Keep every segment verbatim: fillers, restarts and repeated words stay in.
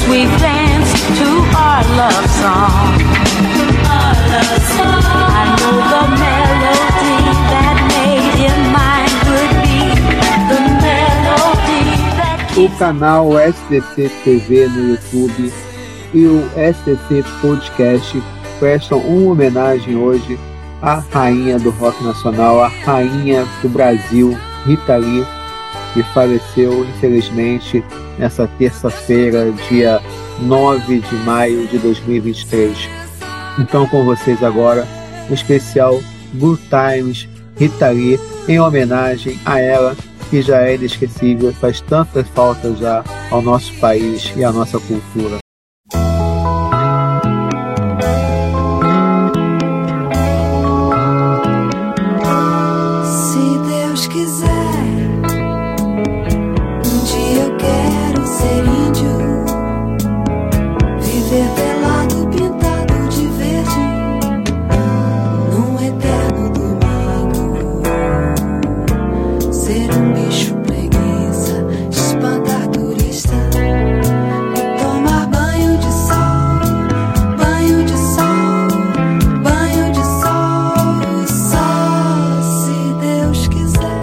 we've danced to our love song. Our love song. I know the melody that made him mine would be the melody that O canal S D C T V no YouTube e o S D C Podcast prestam uma homenagem hoje à rainha do rock nacional, a rainha do Brasil, Rita Lee, que faleceu, infelizmente, nessa terça-feira, dia nove de maio de dois mil e vinte e três. Então, com vocês agora, o especial Good Times Rita Lee, em homenagem a ela, que já é inesquecível, faz tanta falta já ao nosso país e à nossa cultura. Se Deus quiser, um dia eu quero ser índio, viver pelado, pintado de verde, num eterno domingo, ser um bicho preguiça, espantar turista e tomar banho de sol, banho de sol, banho de sol, só se Deus quiser.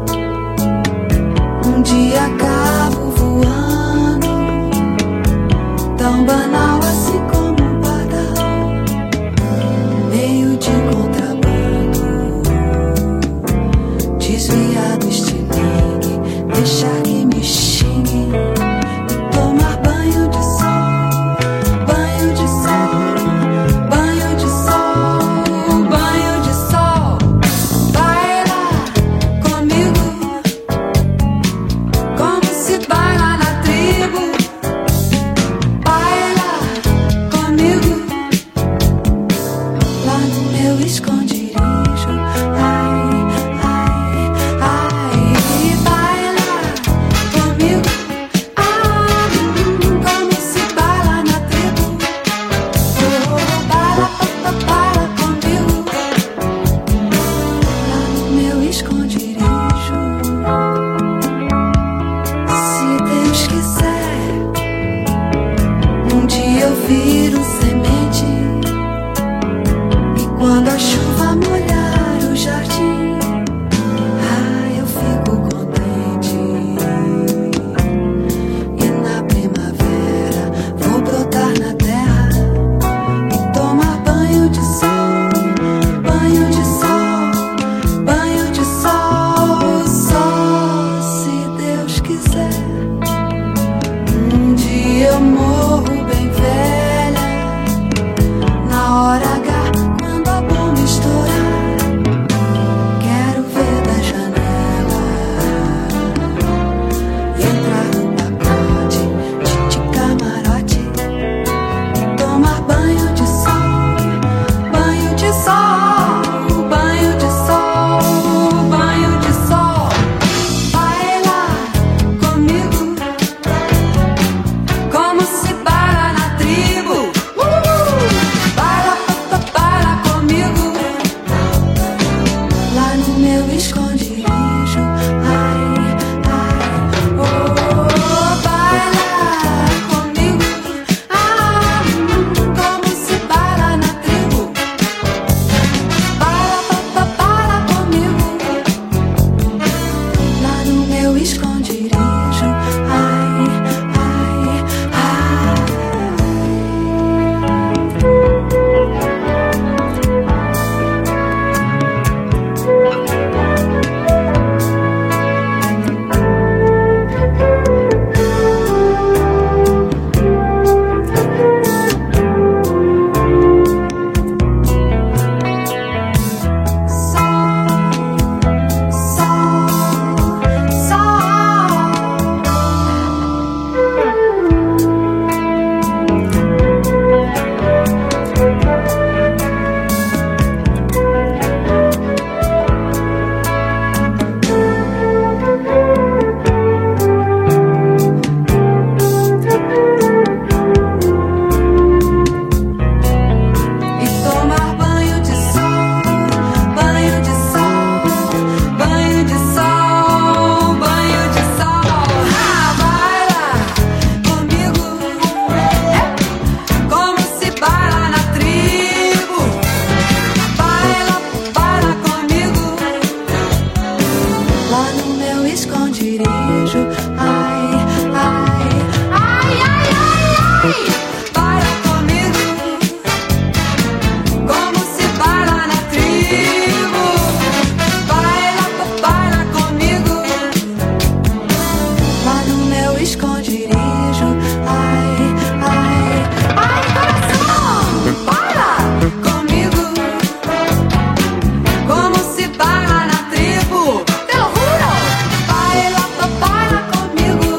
Um dia acabo voando, tão banal assim como um pardal, meio de contrabando, desviar do estilingue, deixar que me xingue e tomar banho de sol, banho de sol, banho de sol, banho de sol. Baila comigo, como se baila na tribo. Baila comigo, lá no meu esconderijo. Ai, ai, ai. Baila comigo, ah, como se baila na tribo. Oh, baila, pa, pa, baila comigo, lá no meu esconderijo. Se Deus quiser, um dia eu viro semente, e quando a chuva molhar o jardim, ah, eu fico contente. E na primavera vou brotar na terra e tomar banho de sol, banho de sol, banho de sol. lá no meu esconderijo. Ai, ai, ai, ai, ai, ai. Baila comigo, como se baila na tribo. Baila, baila comigo, lá no meu esconderijo. Ai, ai, ai, coração, baila comigo, como se baila na tribo. Te lo juro. Baila, baila comigo,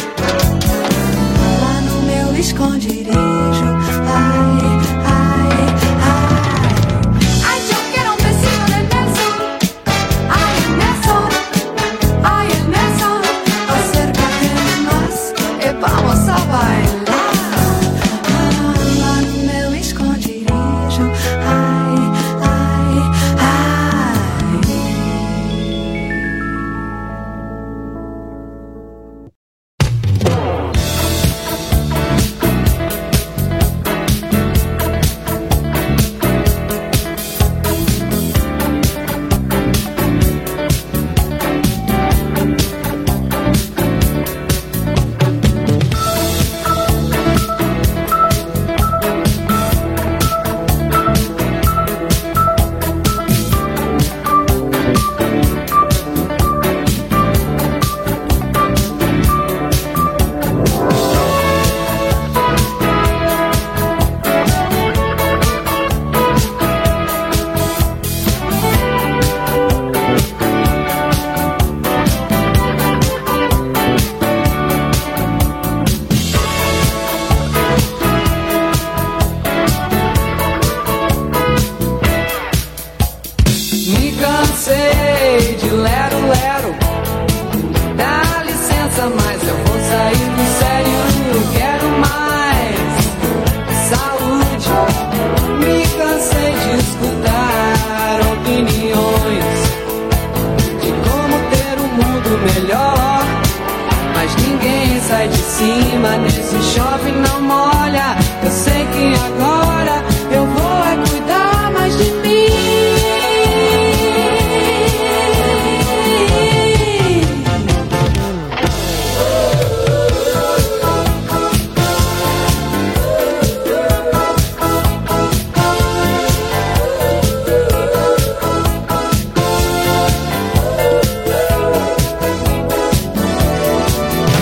lá no meu esconderijo. Ai, ai, ai. Ay, yo quiero un besito de Nelson. Ay, Nelson, ay, Nelson, acércate más y vamos a bailar. Lá no meu esconderijo. Ai, ai, ai. Me cansei de lero, lero. Dá licença, mas eu vou sair do sério. Quero mais saúde. Me cansei de escutar opiniões de como ter um mundo melhor. Mas ninguém sai de cima, nesse chove não molha. Eu sei que agora eu vou é cuidar mais de mim.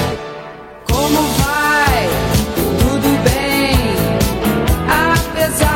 Como vai? Tudo bem? Apesar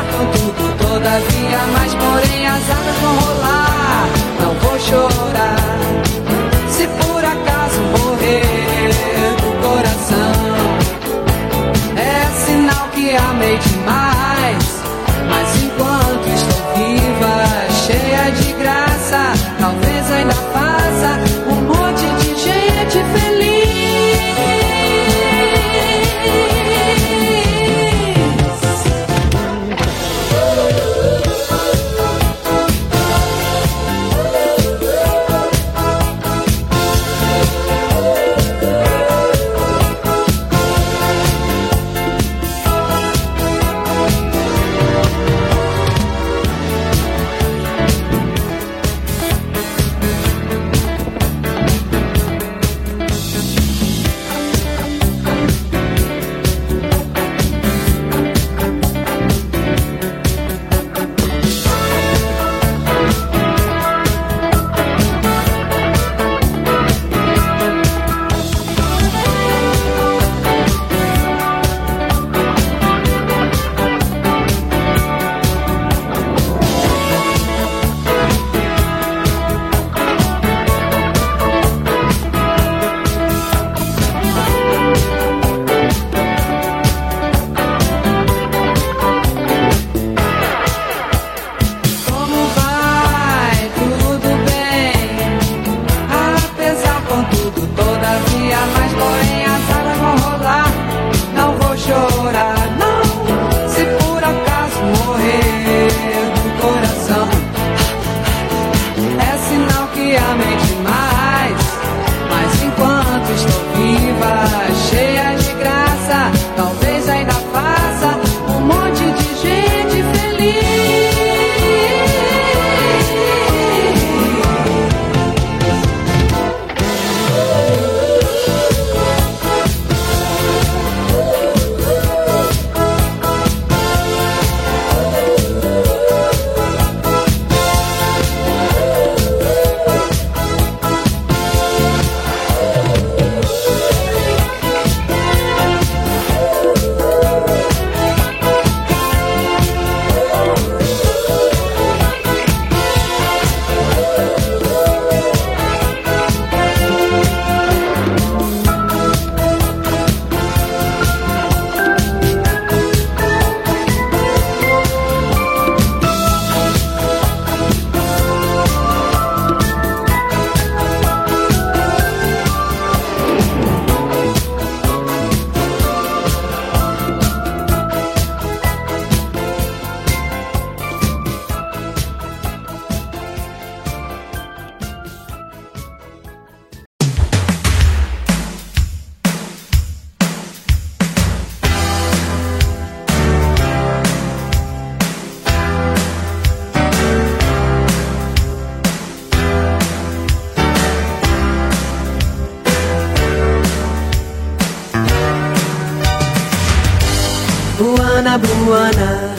Buana, Buana,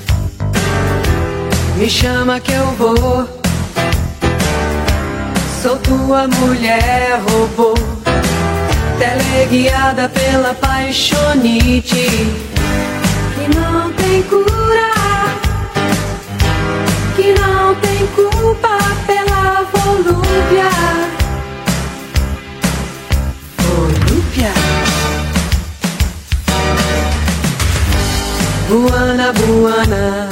me chama que eu vou. Sou tua mulher robô, teleguiada pela paixonite que não tem cura, que não tem culpa pela volúpia. Volúpia. Buana, Buana,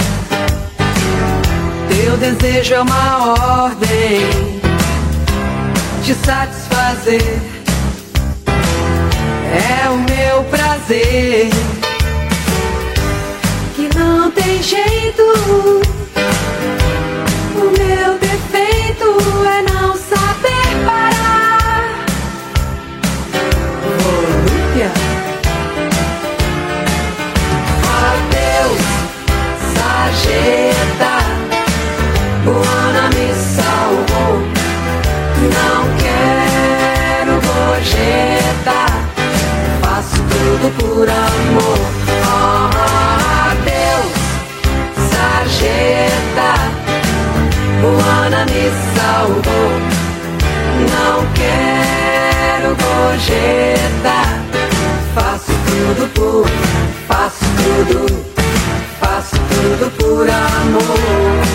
teu desejo é uma ordem de satisfazer, é o meu prazer, que não tem jeito. O meu defeito é não saber parar. Volúpia. Adeus, sarjeta, Buana me salvou. Não quero gorjeta, faço tudo por amor. Oh, adeus, sarjeta, Buana me salvou. Não quero gorjeta, faço tudo por, faço tudo, faço tudo por amor.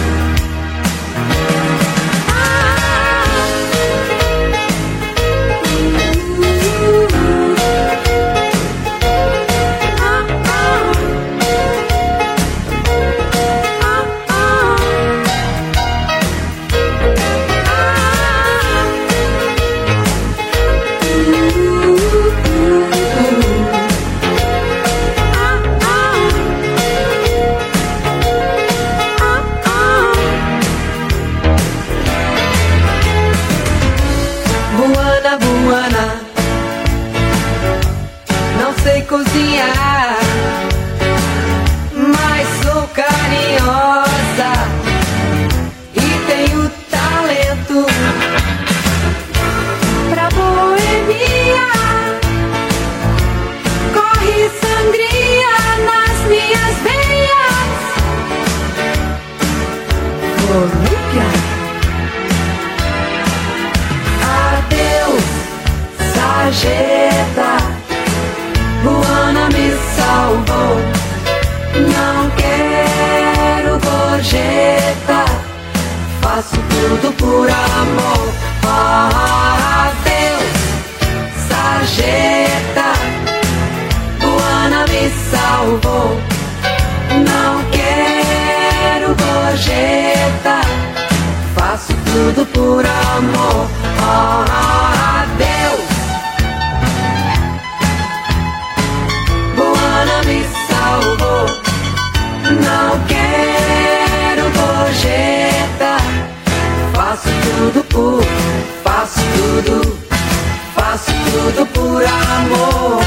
Cozinhar, mas sou carinhosa e tenho talento pra boemia. Corre sangria nas minhas veias. Volúpia. Adeus, sarjeta, Buana me salvou. Não quero gorjeta, faço tudo por amor. Oh, adeus, sarjeta, Buana me salvou. Não quero gorjeta, faço tudo por amor. Oh, adeus, Buana me salvou. Não quero gorjeta, faço tudo por, faço tudo, faço tudo por amor.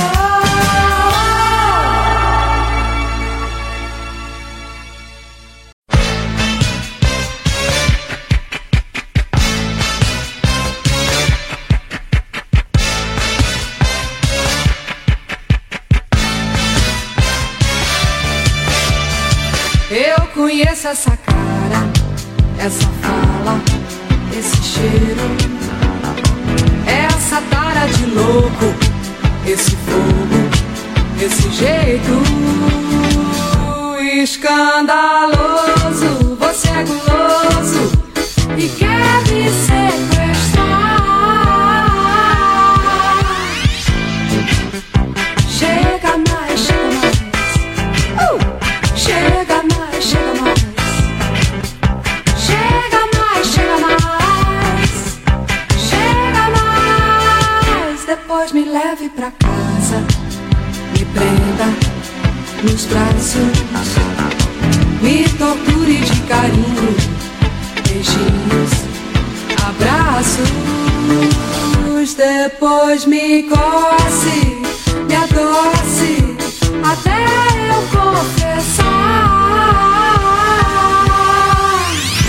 Eu conheço essa cara, essa fala, esse cheiro, essa tara de louco, esse fogo, esse jeito escandaloso. Você é guloso e quer me sequestrar. Chega mais, chega mais, uh! Chega mais, chega mais, chega mais, chega mais, chega mais. Depois me leve pra casa, me prenda nos braços, me torture de carinho, beijinhos, abraços. Depois me coce, me adoce, até eu confessar.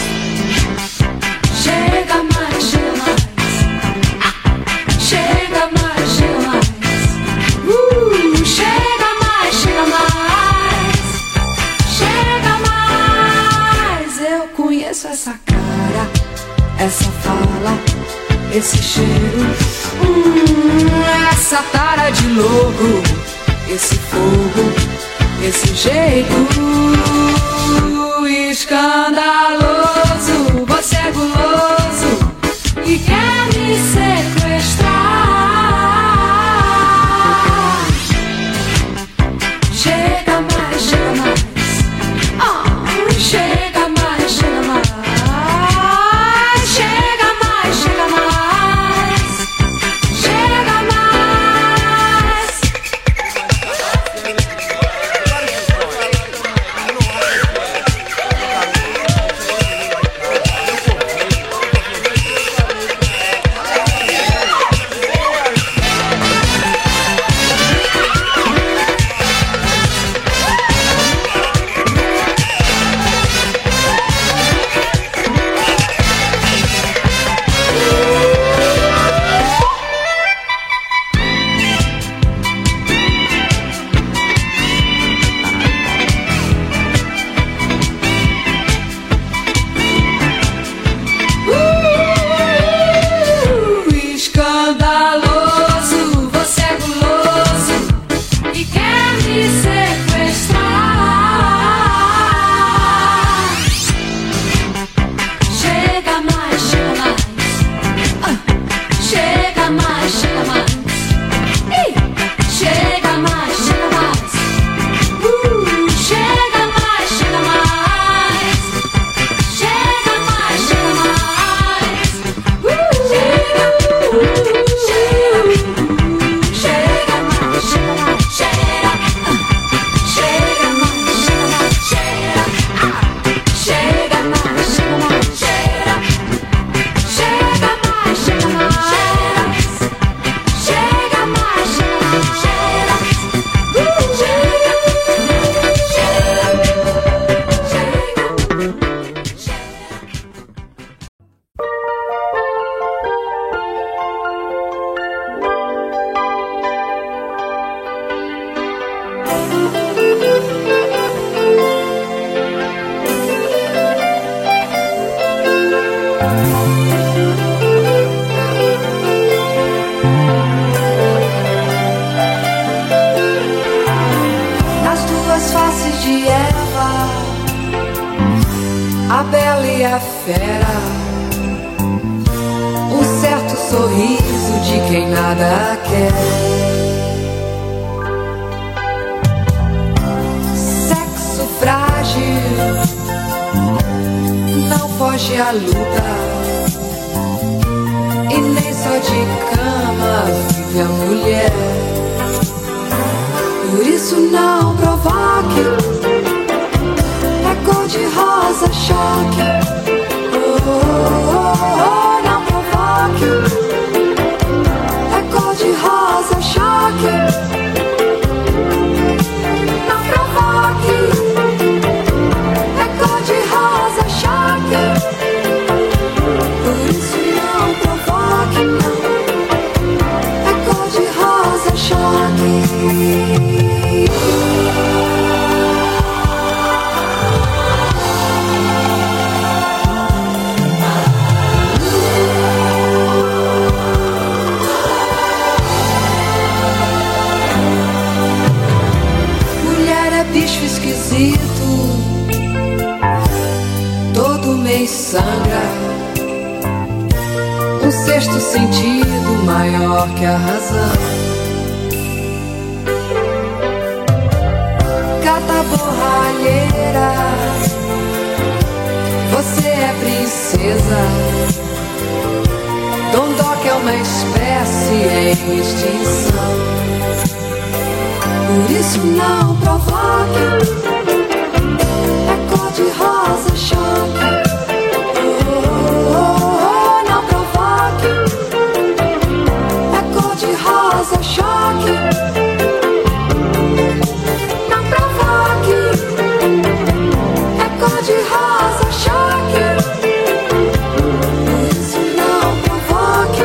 Chega mais, chega mais, chega mais, chega mais, uh, chega mais, chega mais, esse cheiro, hum, essa tara de louco, esse fogo, esse jeito escandaloso. Você é guloso e quer me sequestrar. Chega mais, chega mais, oh, chega mais, chega mais. Nas duas faces de Eva, a bela e a fera, um certo sorriso de quem nada quer. Sexo frágil, não foge à luta, e nem só de cama vive a mulher. Por isso não provoque, é cor de rosa choque. Oh, oh, oh, oh, não provoque, é cor de rosa choque. Não provoque, é cor de rosa choque. Por isso não provoque, não, é cor de rosa choque. Mulher é bicho esquisito, todo mês sangra, um sexto sentido maior que a razão. Gata borralheira, você é princesa. Dondoca é uma espécie em extinção. Por isso não provoque, é cor de rosa choque. Oh, oh, oh, não provoque, é cor de rosa choque. Não provoque, é cor de rosa choque. Por isso não provoque,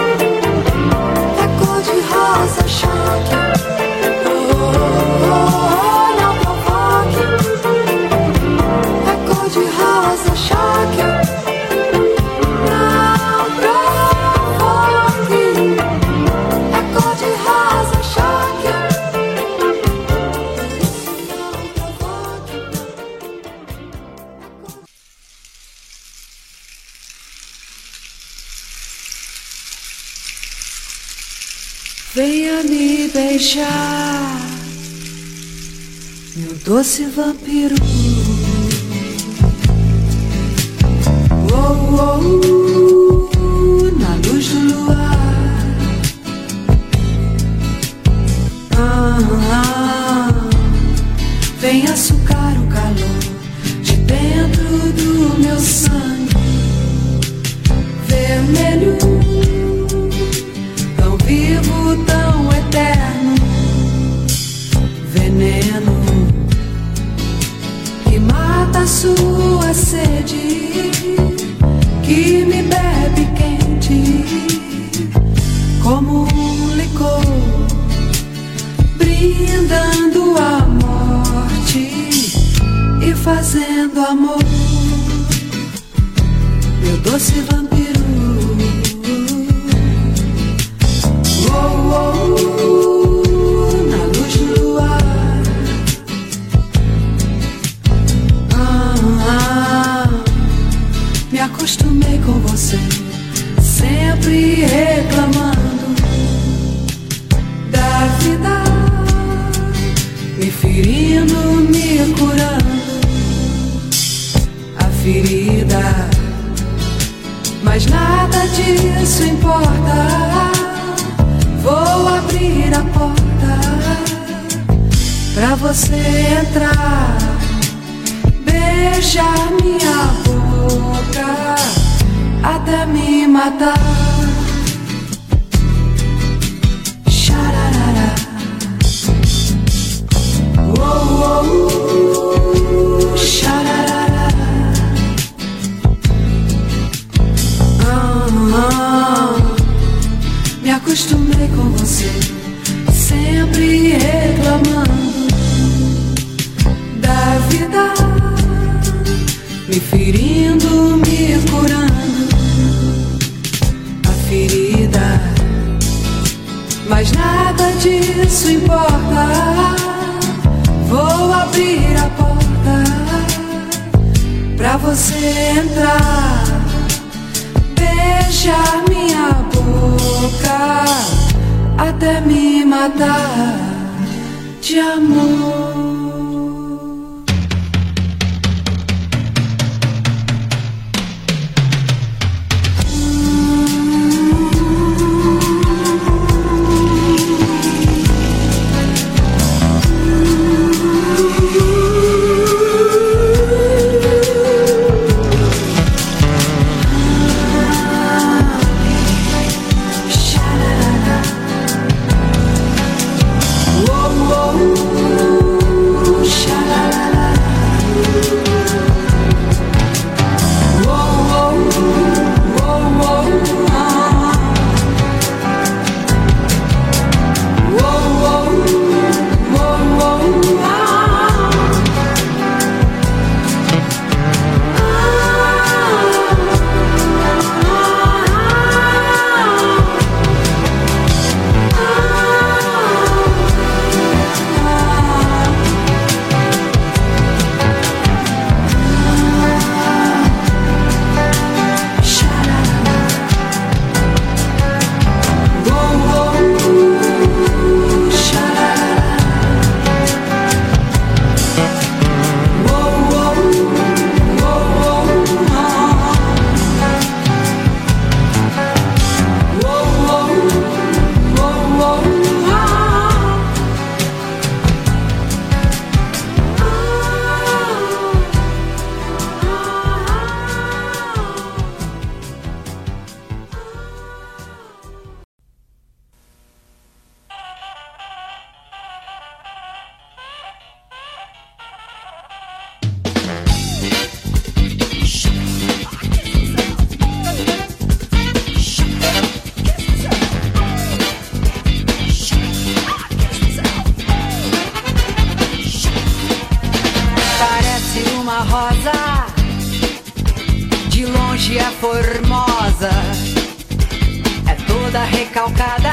é cor de rosa choque. Oh, oh, oh, não provoque. Venha me beijar, meu doce vampiro. Oh, oh, oh, na luz do luar. Ah, ah, vem açucar o calor de dentro do meu sangue vermelho, tão vivo, tão eterno, veneno que mata a sua sede, que me bebe quente como um licor, brindando a morte e fazendo amor, meu doce vampiro. Oh, oh, oh, na luz do luar. Ah, ah, me acostumei com você, sempre reclamando da vida, me ferindo, me curando a ferida, mas nada disso importa. Vou abrir a porta pra você entrar, beijar minha boca até me matar. Xararara. Oh, oh, oh, xararara. Ah, ah, me acostumei com você, sempre reclamando da vida, me ferindo, me curando a ferida, mas nada disso importa. Vou abrir a porta pra você entrar, beijar minha boca até me matar de amor. Formosa, é toda recalcada,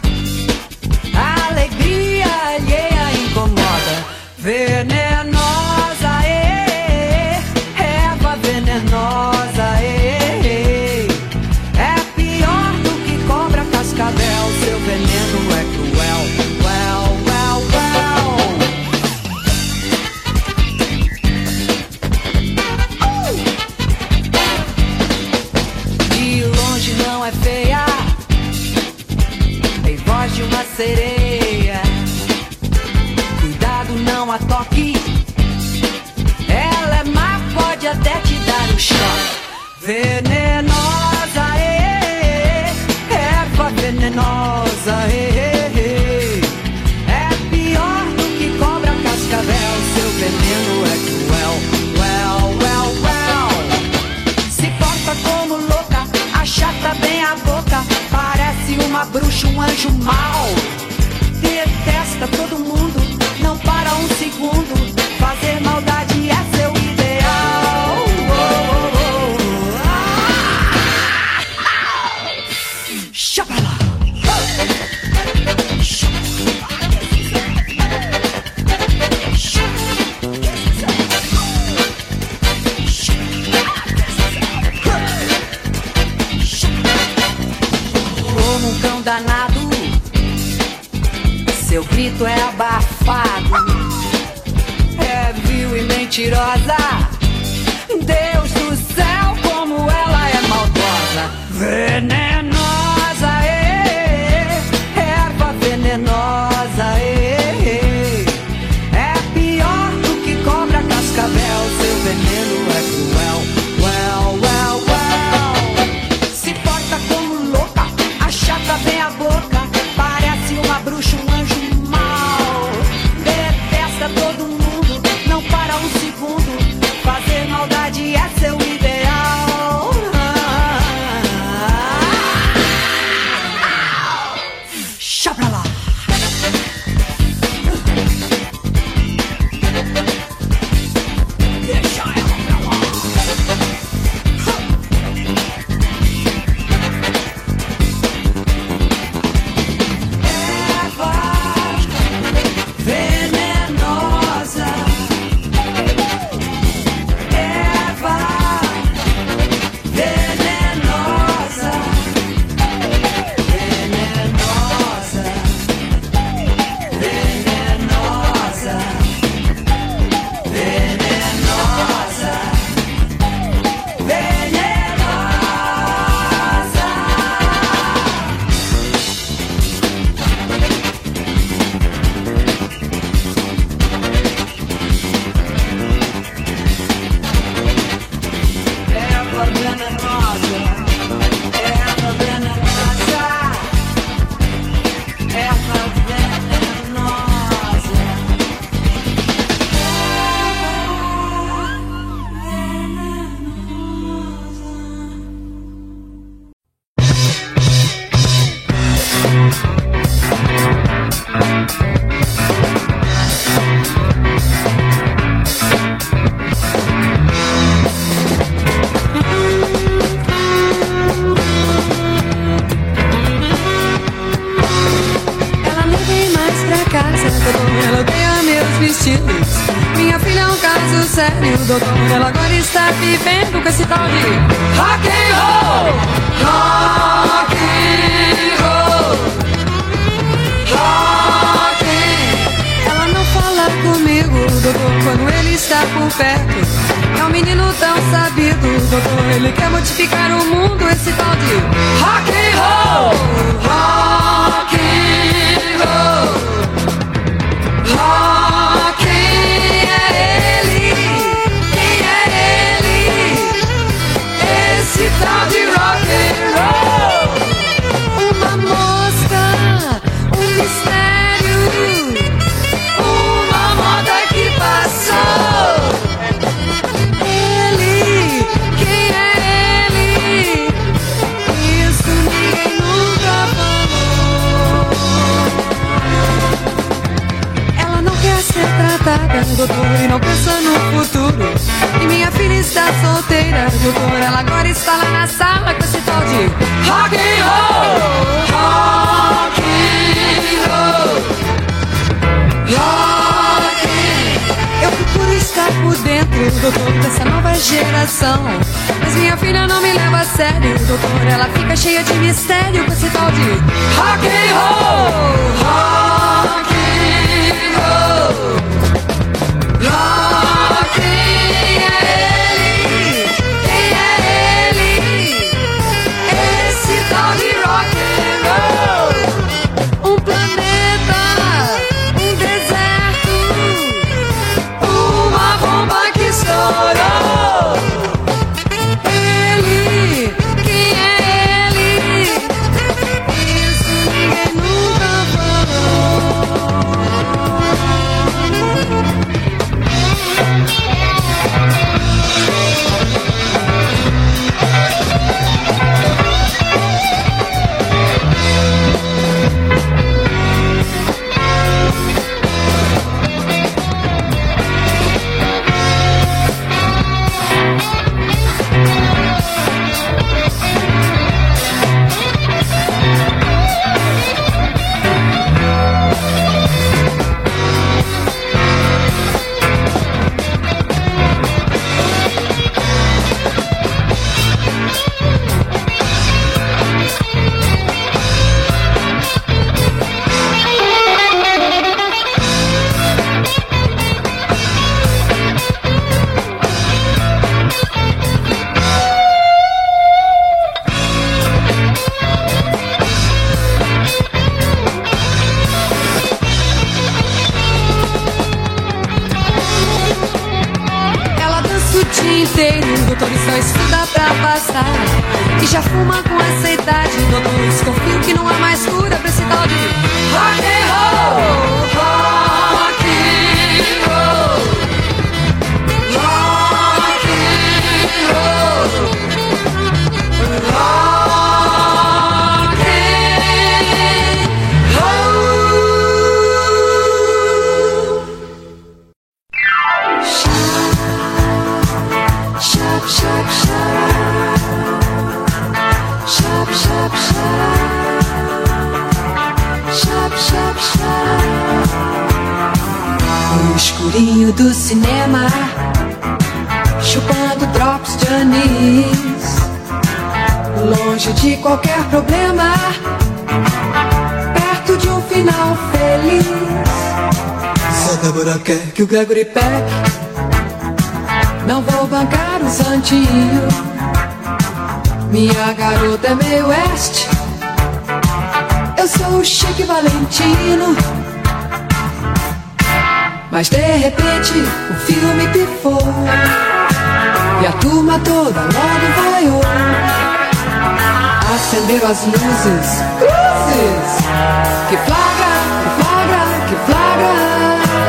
a alegria alheia incomoda, venenosa, é, erva venenosa, é, é pior do que cobra cascavel, seu veneno é Venenosa, eh, erva venenosa, eh, é pior do que cobra cascavel. Seu veneno é cruel, well, well, well. Se porta como louca, achata bem a boca, parece uma bruxa, um anjo mau. Detesta todo mundo, não para um segundo, fazer maldade é seu ideal. Oh, oh, oh. Como um cão danado, seu grito é abafado, é vil e mentirosa. Deus do céu, como ela é maldosa. Venenosa, eh, erva venenosa, eh, é pior do que cobra cascavel. Seu veneno é cruel, well, well, well. Se porta como louca, achata bem a boca, parece uma bruxa, um anjo mau. Detesta todo mundo, não para um segundo, fazer maldade é seu ideal. Chá pra lá. Deixa ela pra lá. Erva venenosa, erva venenosa, venenosa, venenosa, venenosa, erva venenosa, erva venenosa, erva venenosa. Ela não vem mais pra casa, doutor, ela odeia meus vestidos. Minha filha é um caso sério, doutor, ela agora está vivendo com esse tal de rock and roll, rock and roll, rock and... Ela não fala comigo, doutor, quando ele está por perto. É um menino tão sabido, doutor, ele quer modificar o mundo, esse tal de rock and roll, rock and roll, rock and... É ele, quem é ele? Esse tal de rock and roll. Uma mosca, um mistério, uma moda que passou. Ele, quem é ele? Isso ninguém nunca falou. Ela não quer ser tratada, doutor, e não pensa no futuro. E minha filha está solteira, doutor, ela agora está lá na sala com esse tal de rock and roll, rock and roll, rock and... Eu procuro estar por dentro, doutor, dessa nova geração. Mas minha filha não me leva a sério, doutor, ela fica cheia de mistério com esse tal de rock and roll, rock and roll, rock and... É ele, quem é ele? Esse tal de rock and roll. Um planeta, um deserto, uma bomba que estourou. Ele, motorista estuda pra passar e já fuma com essa idade. Todos confiam que não há mais cura pra esse tal de rock and roll, rock and roll, rock and roll, rock. No escurinho do cinema, chupando drops de anis, longe de qualquer problema, perto de um final feliz. Se a Débora quer que o Gregory Peck, não vou bancar um santinho. Minha garota é meio oeste, eu sou o Chique Valentino. Mas de repente o filme pifou e a turma toda logo vaiou. Acenderam as luzes, luzes, que flagra, que flagra, que flagra.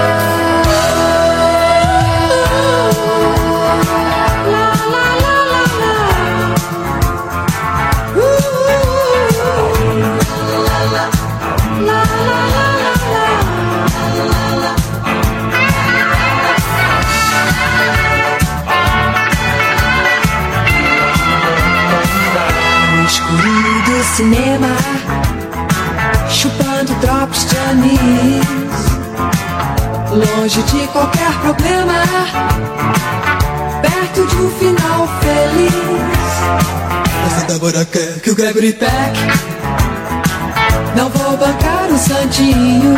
Cinema, chupando drops de anis, longe de qualquer problema, perto de um final feliz. Mas a Débora quer que o Gregory Peck, não vou bancar um santinho.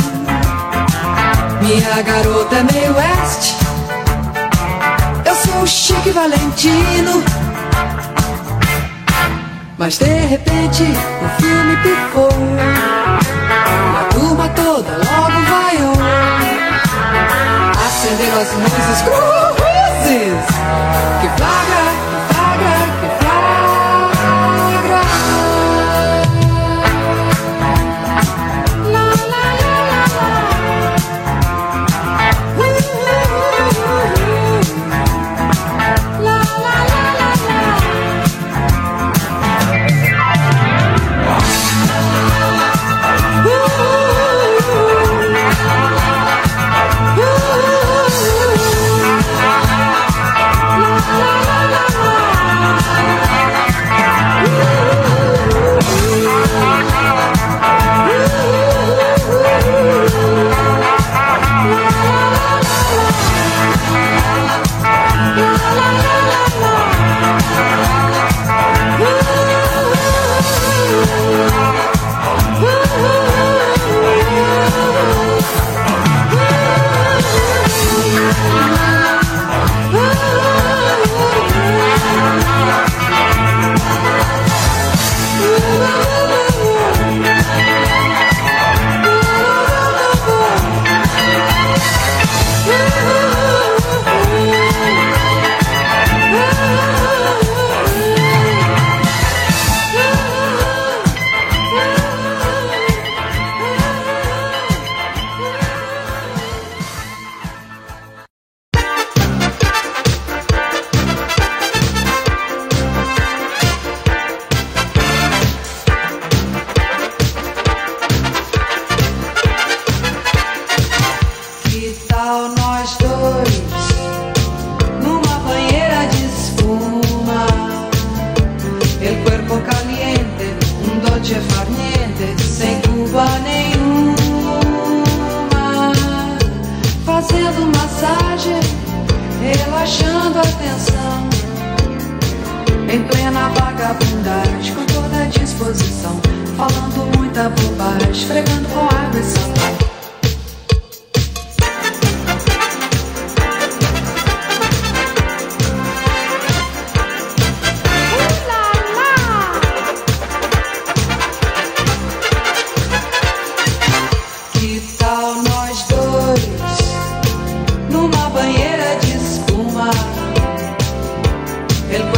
Minha garota é meio oeste, eu sou o Chique Valentino. Mas de repente o filme pifou e a turma toda logo vaiou. Acenderam as luzes, cruzes, que flagra, que flagra, que flagra. Lá, lá, lá, lá, lá. Uh, uh, uh, uh. Lá, lá, lá, lá, lá. Em plena vagabundagem, com toda a disposição, falando muita bobagem, esfregando com água e sabão. El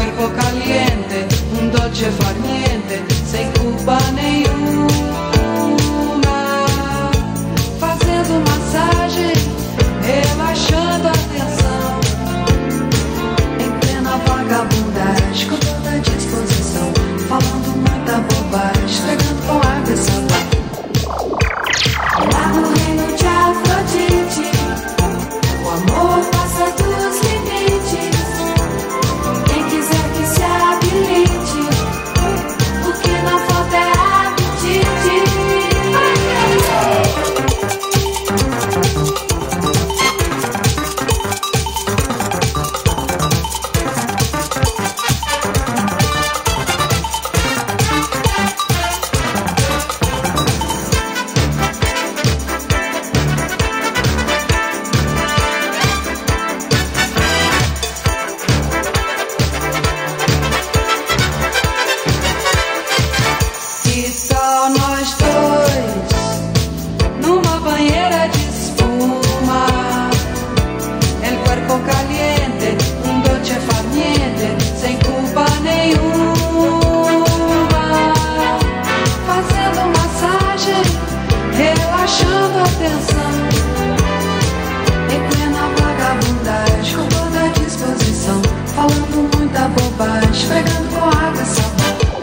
nós dois numa banheira de espuma. El cuerpo caliente, um dolce far niente, sem culpa nenhuma. Fazendo massagem, relaxando a tensão. Em plena vagabundagem, com toda a disposição, falando muita bobagem, esfregando com água e sabão.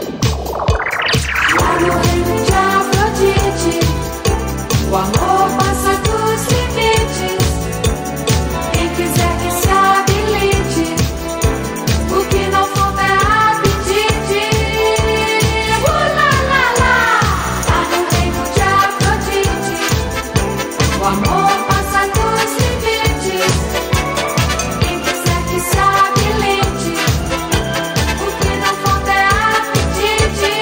Lá no reino de Afrodite, o amor passa dos limites. Quem quiser que se habilite, o que não falta é apetite. Uh, lá, lá, lá. Lá no reino de Afrodite, o amor passa dos limites. Quem quiser que se habilite, o que não falta é apetite.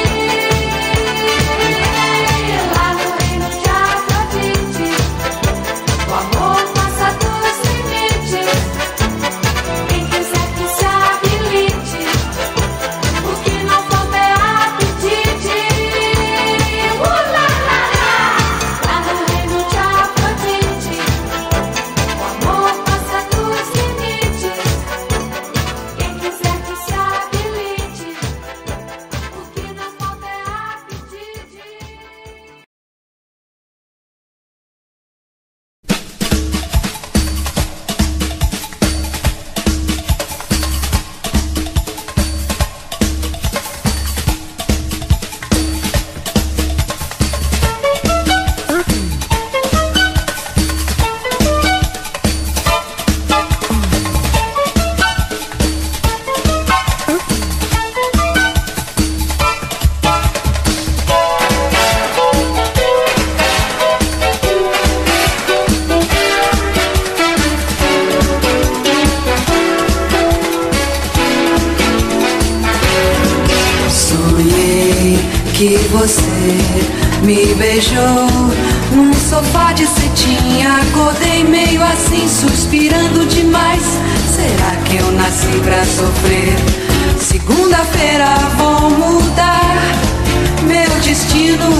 Lá no reino de Afrodite, o amor passa dos limites. Quem quiser que se habilite, o que não falta é apetite. Uh, lá, lá, lá. Lá no reino de Afrodite, o amor passa dos limites. Quem quiser que se habilite, o que não falta é apetite. Sonhei que você me beijou num sofá de cetim. Acordei meio assim, suspirando demais. Será que eu nasci pra sofrer? Segunda-feira vou mudar meu destino.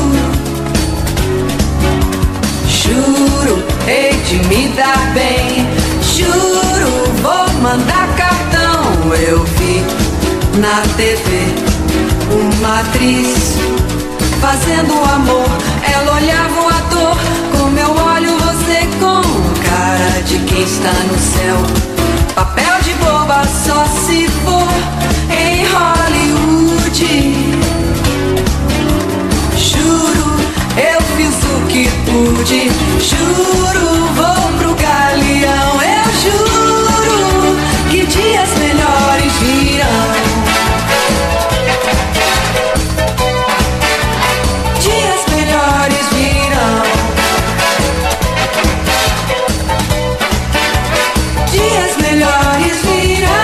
Juro, hei de me dar bem. Juro, vou mandar cartão. Eu vi na T V uma atriz fazendo amor. Ela olhava o ator como eu olho você, com cara de quem está no céu. Papel de boba só se for em Hollywood. Juro, eu fiz o que pude. Juro, vou pro galeão. Eu juro que dias melhores virão. Dias melhores virão. Dias melhores virão.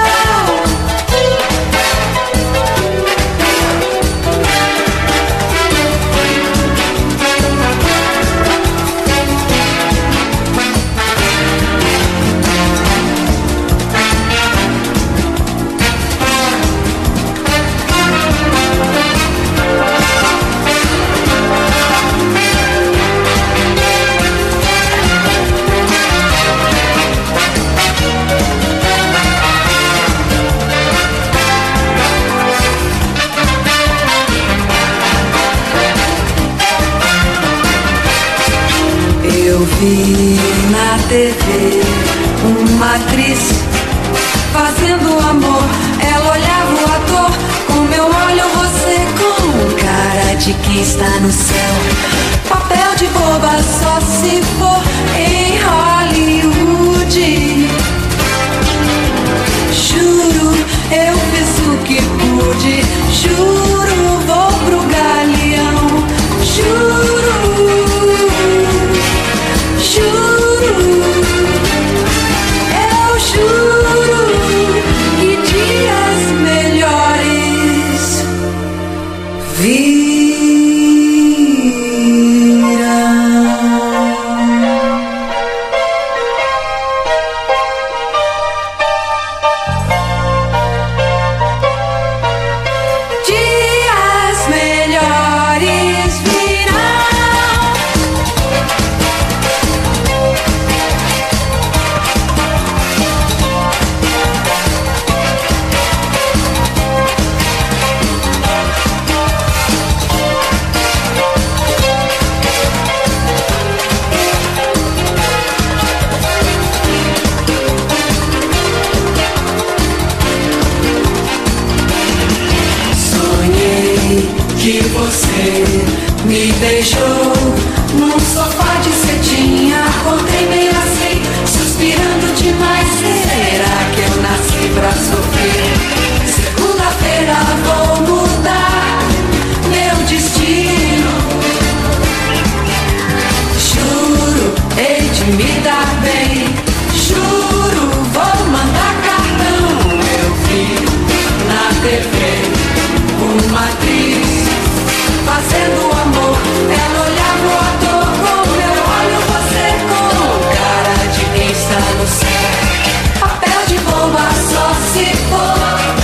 Eu vi na T V uma atriz fazendo amor. Ela olhava o ator como eu olho você, com cara de que está no céu. Papel de boba só se for em Hollywood. Juro, eu fiz o que pude. Juro, vou pro galeão. Juro, juro, eu juro que dias melhores virão. Me beijou num sofá de cetim. Acordei meio assim, suspirando demais. Será que eu nasci pra sofrer? Segunda-feira vou mudar meu destino. Juro, hei de me dar bem. Juro, vou mandar cartão. Eu vi na T V uma atriz fazendo amor. Ela olhava o ator como eu olho você, com cara de quem está no céu. Papel de bomba só se for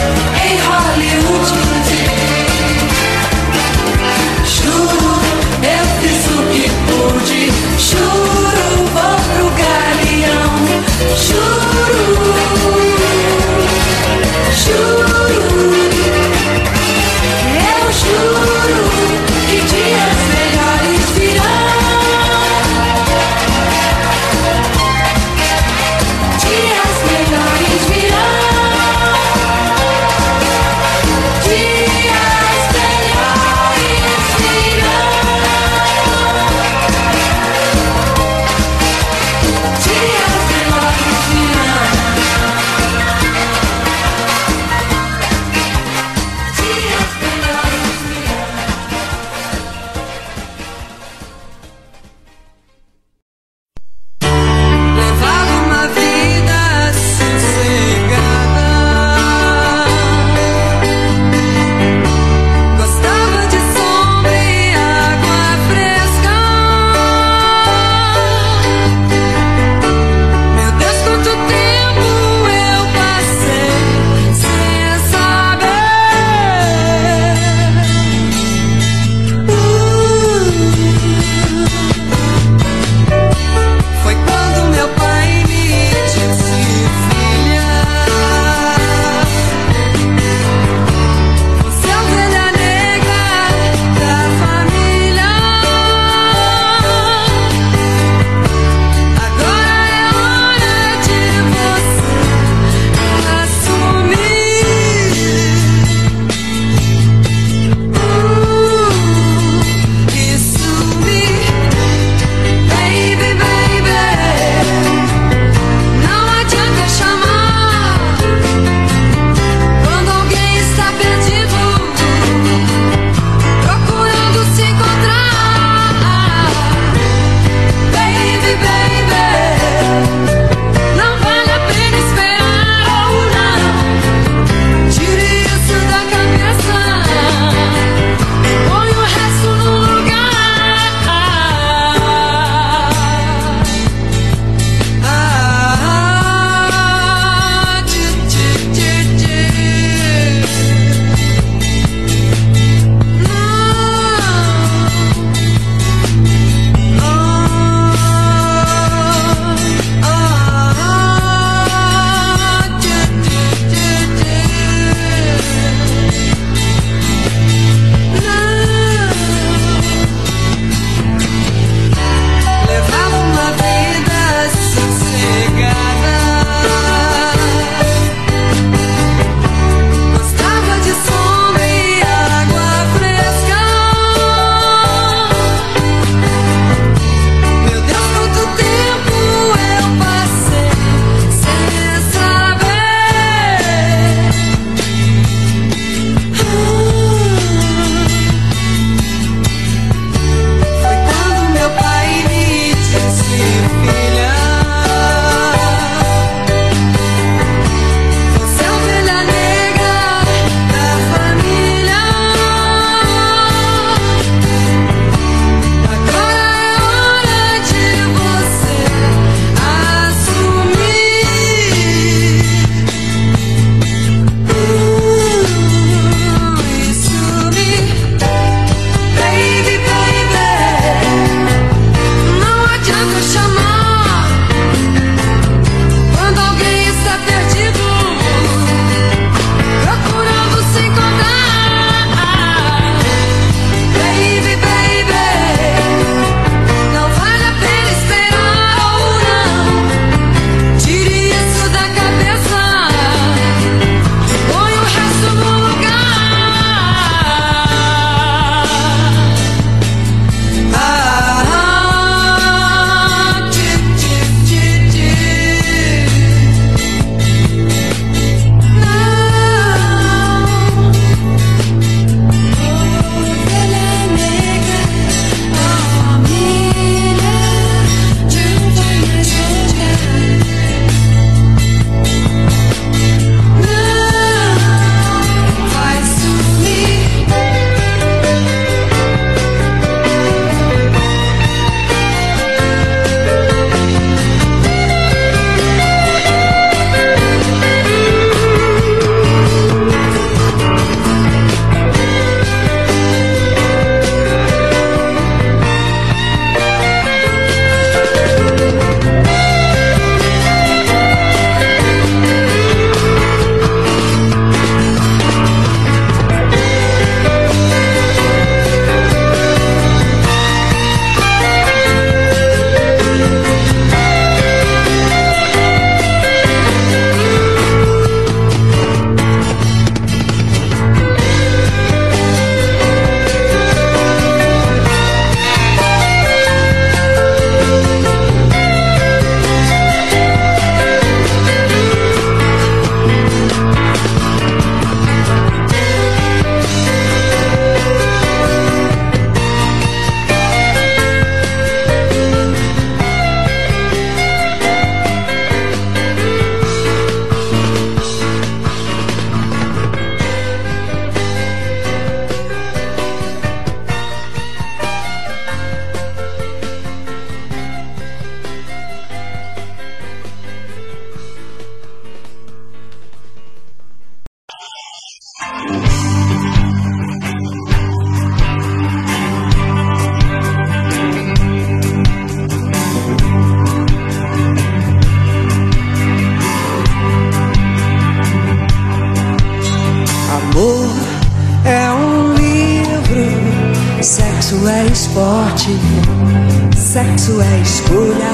Sexo é esporte, sexo é escolha,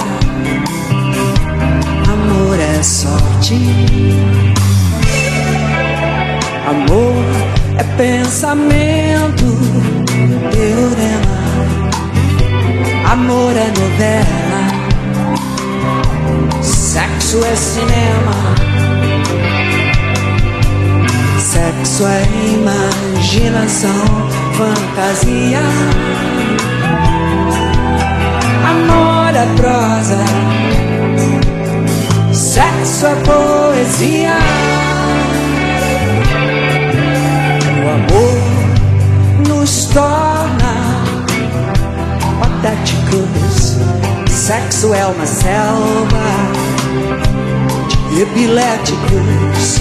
amor é sorte. Amor é pensamento, teorema. Amor é novela, sexo é cinema. Sexo é imaginação, fantasia. Amor é prosa, sexo é poesia. O amor nos torna patéticos. Sexo é uma selva de epiléticos.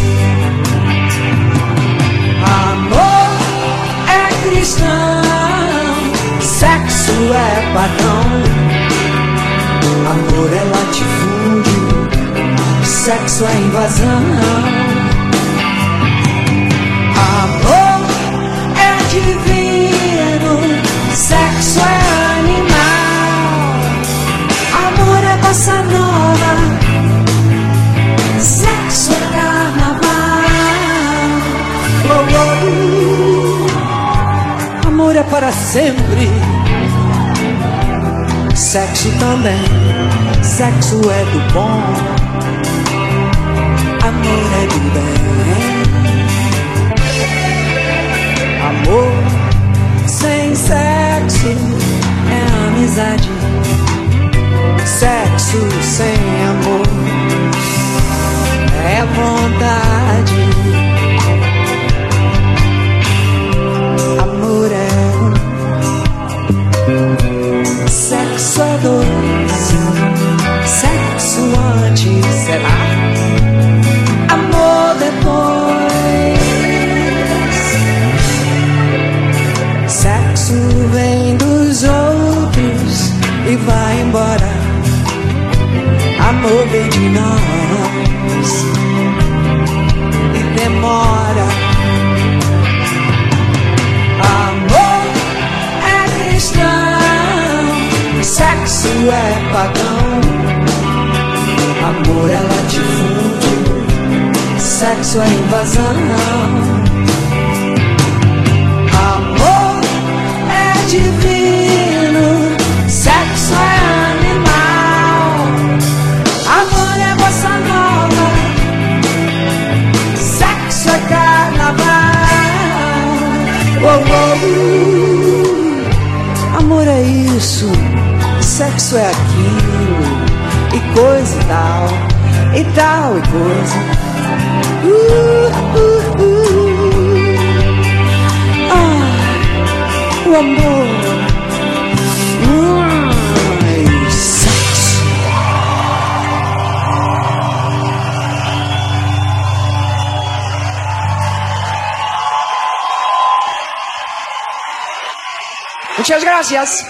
Amor é cristão, sexo é padrão. Amor é latifúndio, sexo é invasão. Amor é divino, sexo é animal. Amor é bossa nova, sexo é carnaval. Amor é para sempre, sexo também, sexo é do bom, amor é do bem. Amor sem sexo é amizade, sexo sem amor é vontade. Amor é um, sexo é dois, sexo antes, será? Amor depois. Sexo vem dos outros e vai embora. Amor vem de nós e demora. Sexo é pagão, amor é latifúndio, sexo é invasão. Amor é divino, sexo é animal. Amor é bossa nova, sexo é carnaval. Oh, oh. Amor é isso, sexo é aquilo, e coisa e tal, e tal e coisa. Uh, uh, uh. Ah, o amor, uh, sexo. Muchas gracias.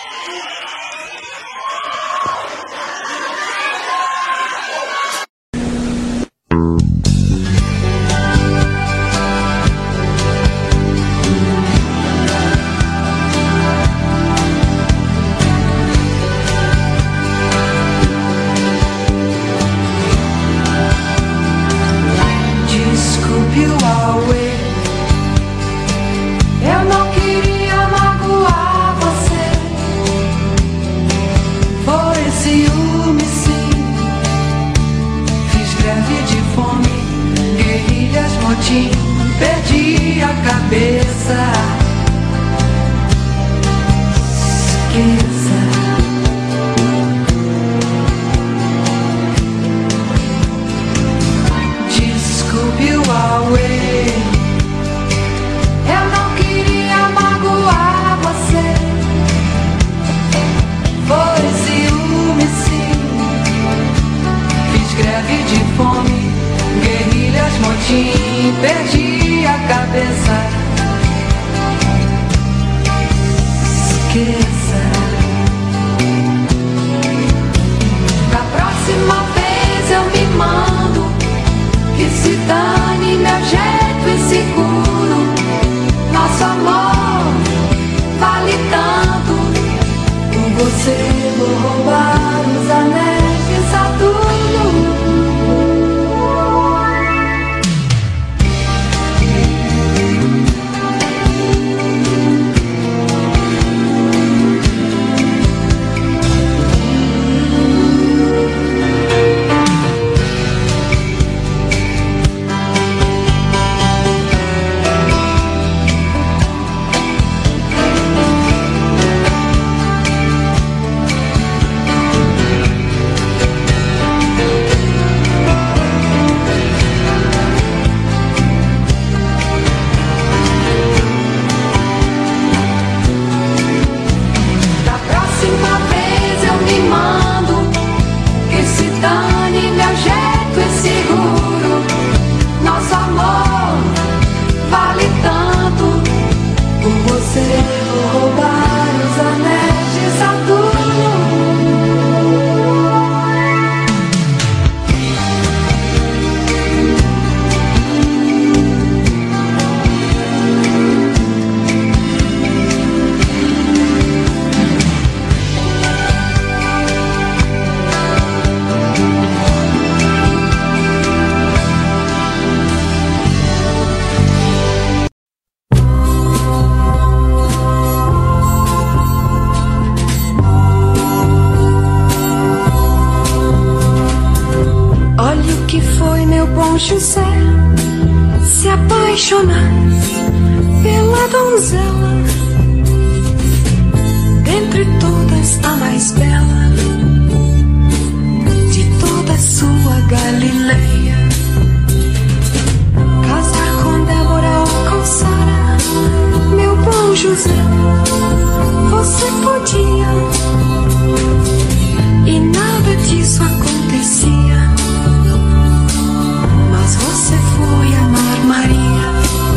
Perdi a cabeça. Esqueça. Desculpe o Huawei. Eu não queria magoar você. Foi ciúme, sim. Fiz greve de fome, guerrilhas, motim. Perdi a cabeça. Esqueça. Da próxima vez eu me mando. Que se dane meu jeito inseguro. Nosso amor vale tanto. você vou roubar os anéis de Saturno. José se apaixonar pela donzela, dentre todas a mais bela de toda sua Galileia. Casar com Débora ou com Sara, meu bom José, você podia, e nada disso acontecia. Mas você foi amar Maria.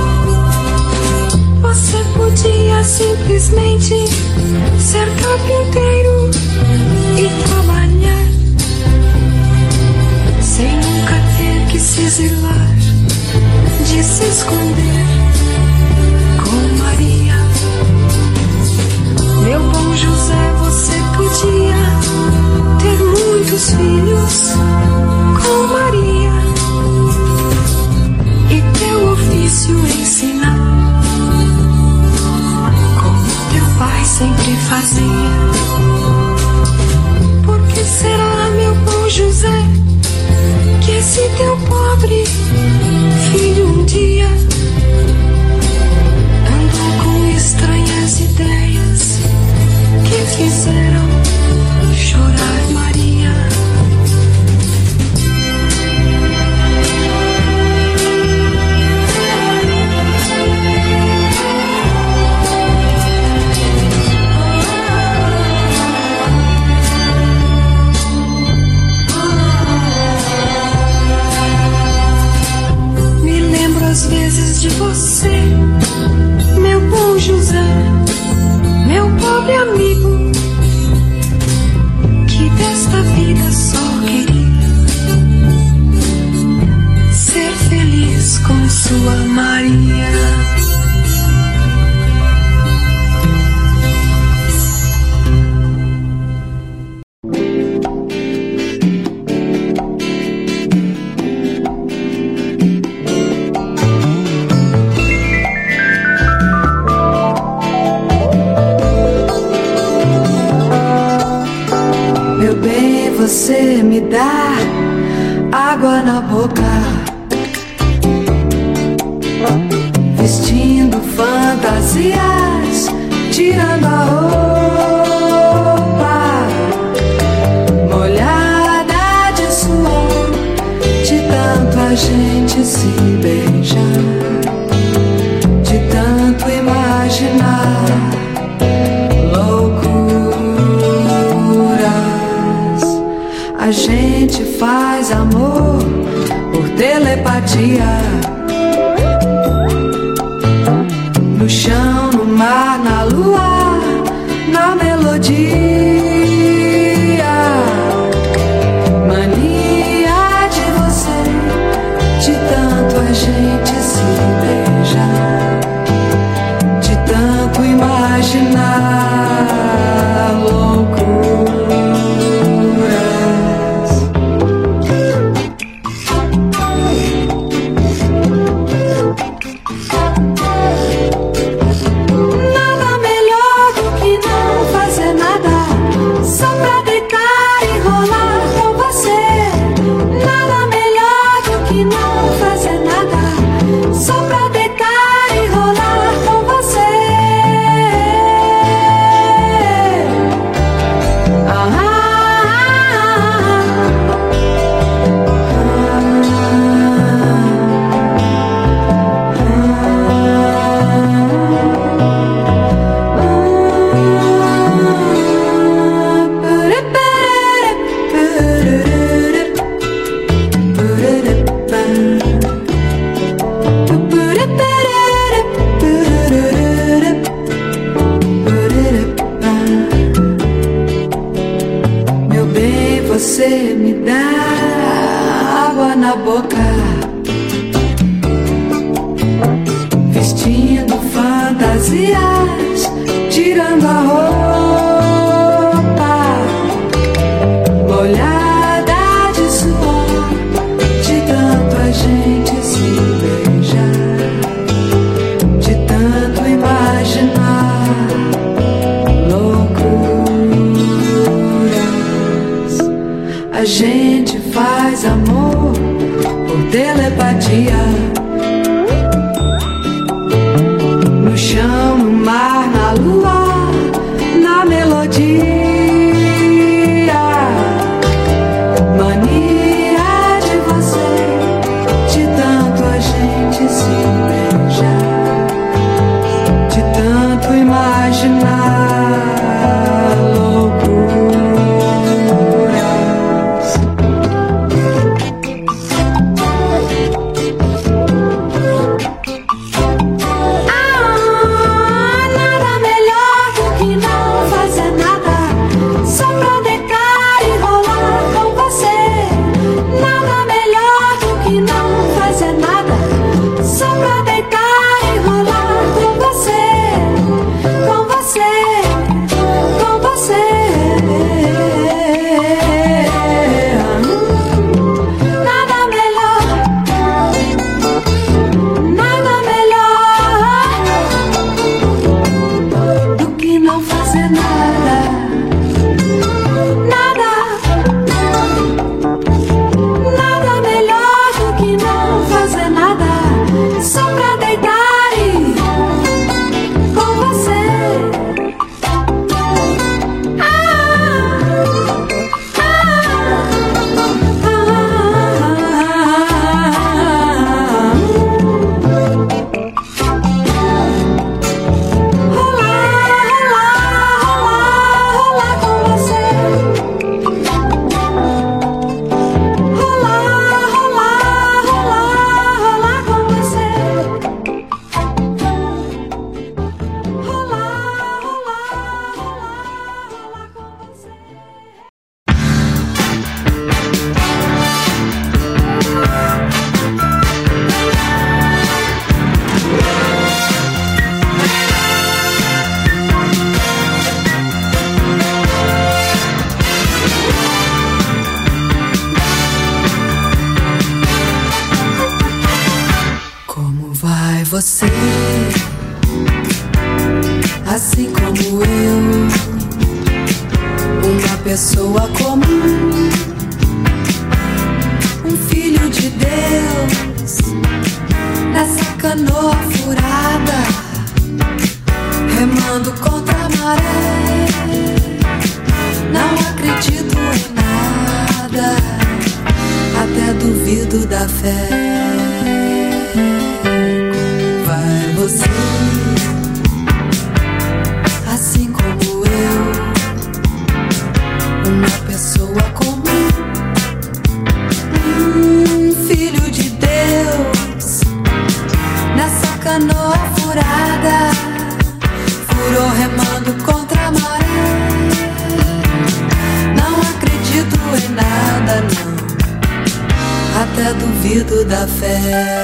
Você podia simplesmente ser carpinteiro e trabalhar, sem nunca ter que se exilar, de se esconder com Maria. Meu bom José, você podia ter muitos filhos com Maria e teu ofício ensinar, como teu pai sempre fazia. Por que será, meu bom José, que esse teu pobre filho um dia andou com estranhas ideias que fizeram chorar Maria? Às vezes de você, meu bom José, meu pobre amigo, que desta vida só queria ser feliz com sua Maria. Você me dá água na boca, vestindo fantasias, tirando a roupa molhada de suor, de tanto a gente se beijar, de tanto imaginar loucuras. A gente faz amor por telepatia, no chão, no mar, na lua, na melodia. Mania de você, de tanto a gente se beijar, de tanto imaginar louco. boca, vestindo fantasias, tirando a roupa, molhada de suor, de tanto a gente se beijar, de tanto imaginar loucuras. A gente faz amor por telepatia, no chão, no mar, na lua, na melodia. Mania de você, de tanto a gente se beijar, de tanto imaginar loucuras. Ah, nada melhor do que não fazer nada, só pra deitar e rolar com você. Nada melhor do que não fazer nada, só pra deitar e rolar com você, com você, com você. Nada melhor, nada melhor do que não fazer nada. Nada, nada melhor do que não fazer nada, só pra deitar e com você. Ah, ah, rolar, rolar, rolar com você. Rolar, rolar, rolar, rolar com você. Rolar, rolar, rolar, rolar com você. Como vai você? Assim como eu, uma pessoa comum, um filho de Deus, nessa canoa furada, remando contra a maré. Não acredito em nada, até duvido da fé. Como vai você? Assim como eu, uma pessoa comum, um filho de Deus, nessa canoa furada, furou remando contra a maré. Não acredito em nada, não, até duvido da fé.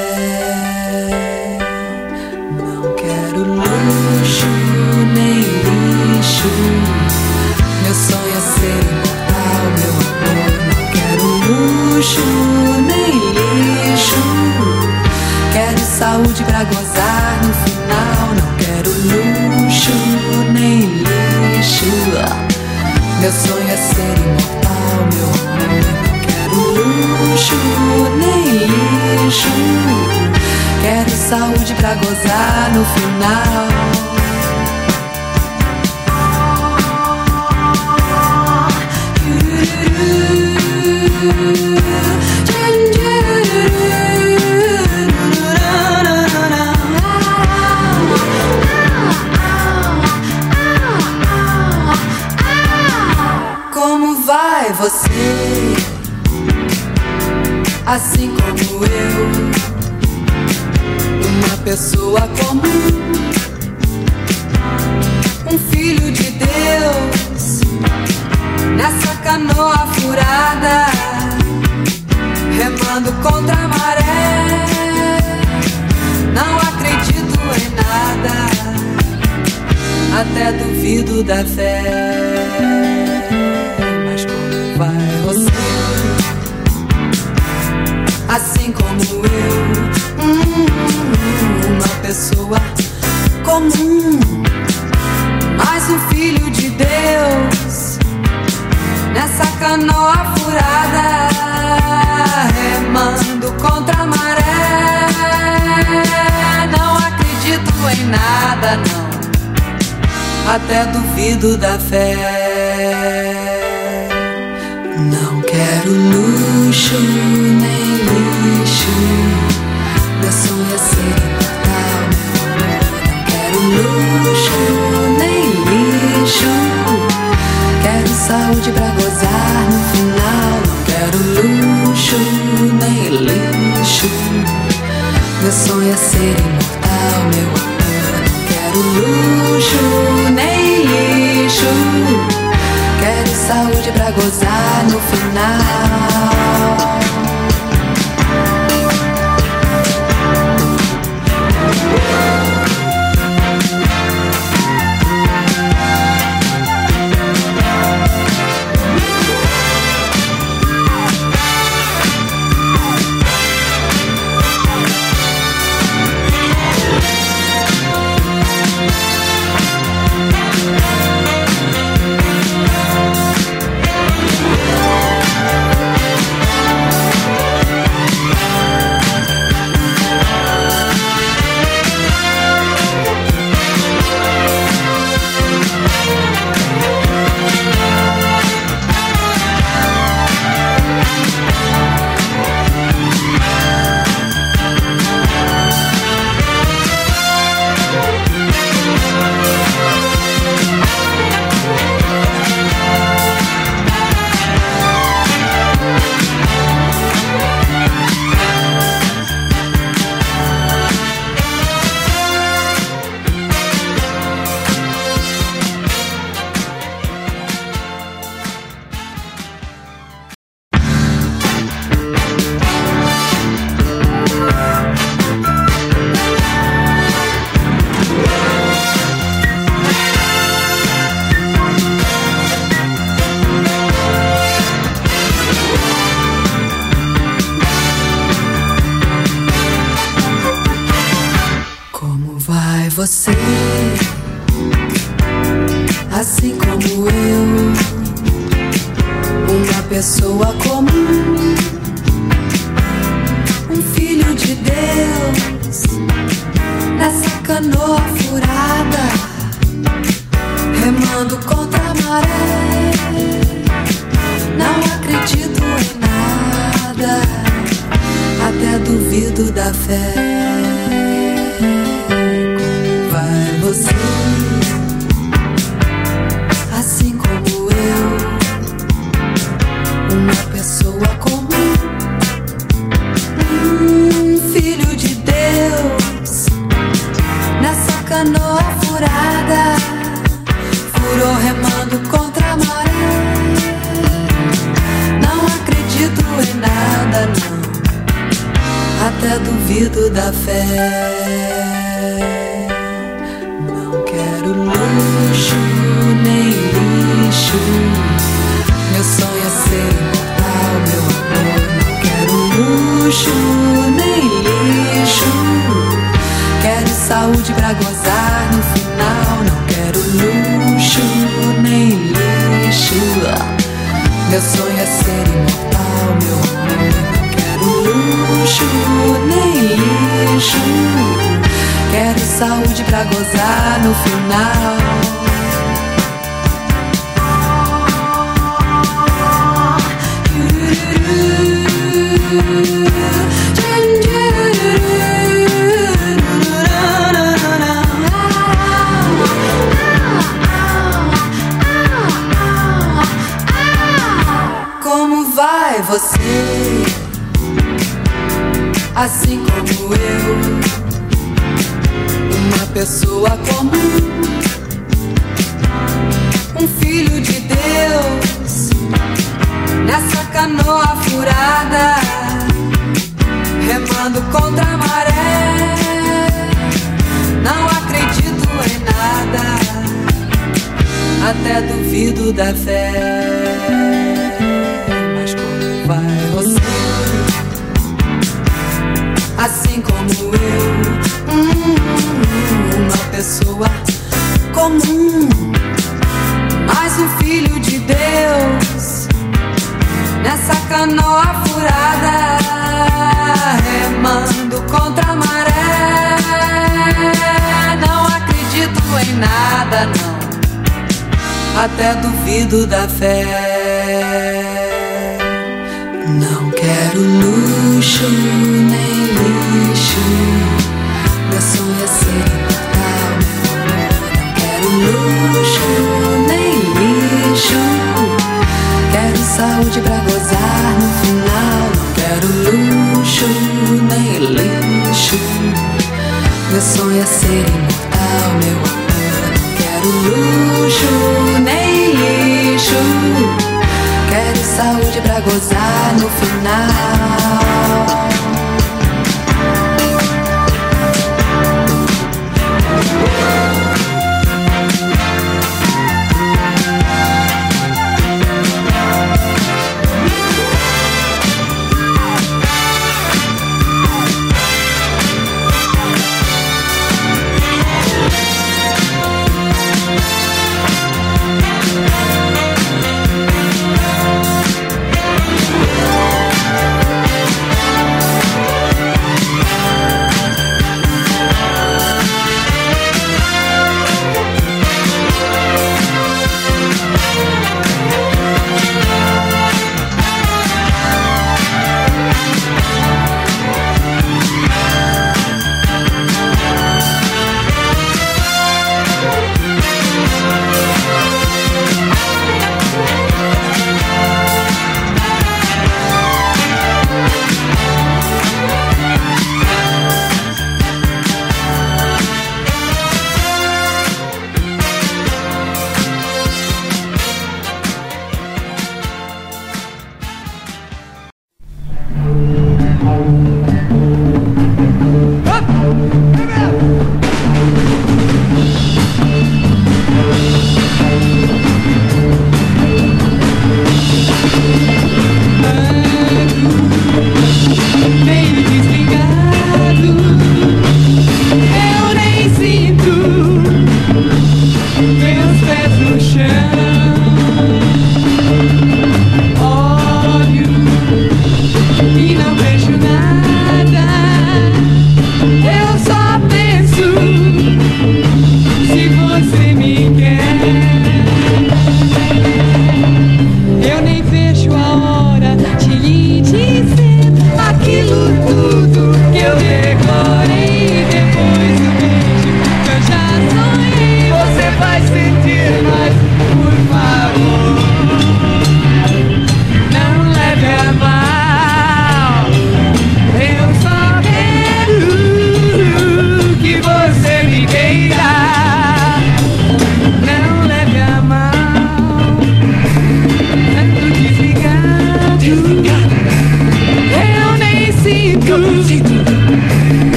Não quero luxo nem lixo, meu sonho é ser imortal, meu amor. Não quero luxo nem lixo, quero saúde pra gozar no final. Não quero luxo nem lixo, meu sonho é ser imortal, meu amor. Não quero luxo nem lixo, quero saúde pra gozar no final. Como vai você? Assim como eu, uma pessoa comum, um filho de Deus, nessa canoa furada, remando contra duvido da fé. Mas como vai você? Assim como eu, hum, uma pessoa comum, mais um filho de Deus nessa canoa furada, remando contra a maré. Não acredito em nada, não, até duvido da fé. Não quero luxo nem lixo, meu sonho é ser imortal, meu amor. Não quero luxo nem lixo, quero saúde pra gozar no final. Não quero luxo nem lixo, meu sonho é ser imortal, meu amor. Não quero luxo nem lixo, quero saúde pra gozar no final. Você, assim como eu, uma pessoa comum, um filho de Deus nessa canoa furada, remando contra a maré. Não acredito em nada, até duvido da fé. Você, assim como eu, uma pessoa comum, um filho de Deus nessa canoa furada, furou remando contra a maré. Não acredito em nada, não, até duvido da fé. Luxo nem lixo, meu sonho é ser imortal, meu amor. Não quero luxo nem lixo, quero saúde pra gozar no final. Não quero luxo nem lixo, meu sonho é ser imortal, meu amor. Não quero luxo nem lixo, quero saúde pra gozar no final. Como vai você, assim como eu, uma pessoa comum, um filho de Deus nessa canoa furada, remando contra a maré. Não acredito em nada, até duvido da fé. Mas como vai você? Assim como eu, hum, uma pessoa comum, mais um filho de Deus nessa canoa furada, remando contra a maré. Não acredito em nada, não, até duvido da fé. Não quero luxo nem lixo, meu sonho é ser imortal, meu amor. Não quero luxo nem lixo, quero saúde pra gozar no final. Não quero luxo nem lixo, meu sonho é ser imortal, meu amor. Não quero luxo nem lixo, quero saúde pra gozar no final.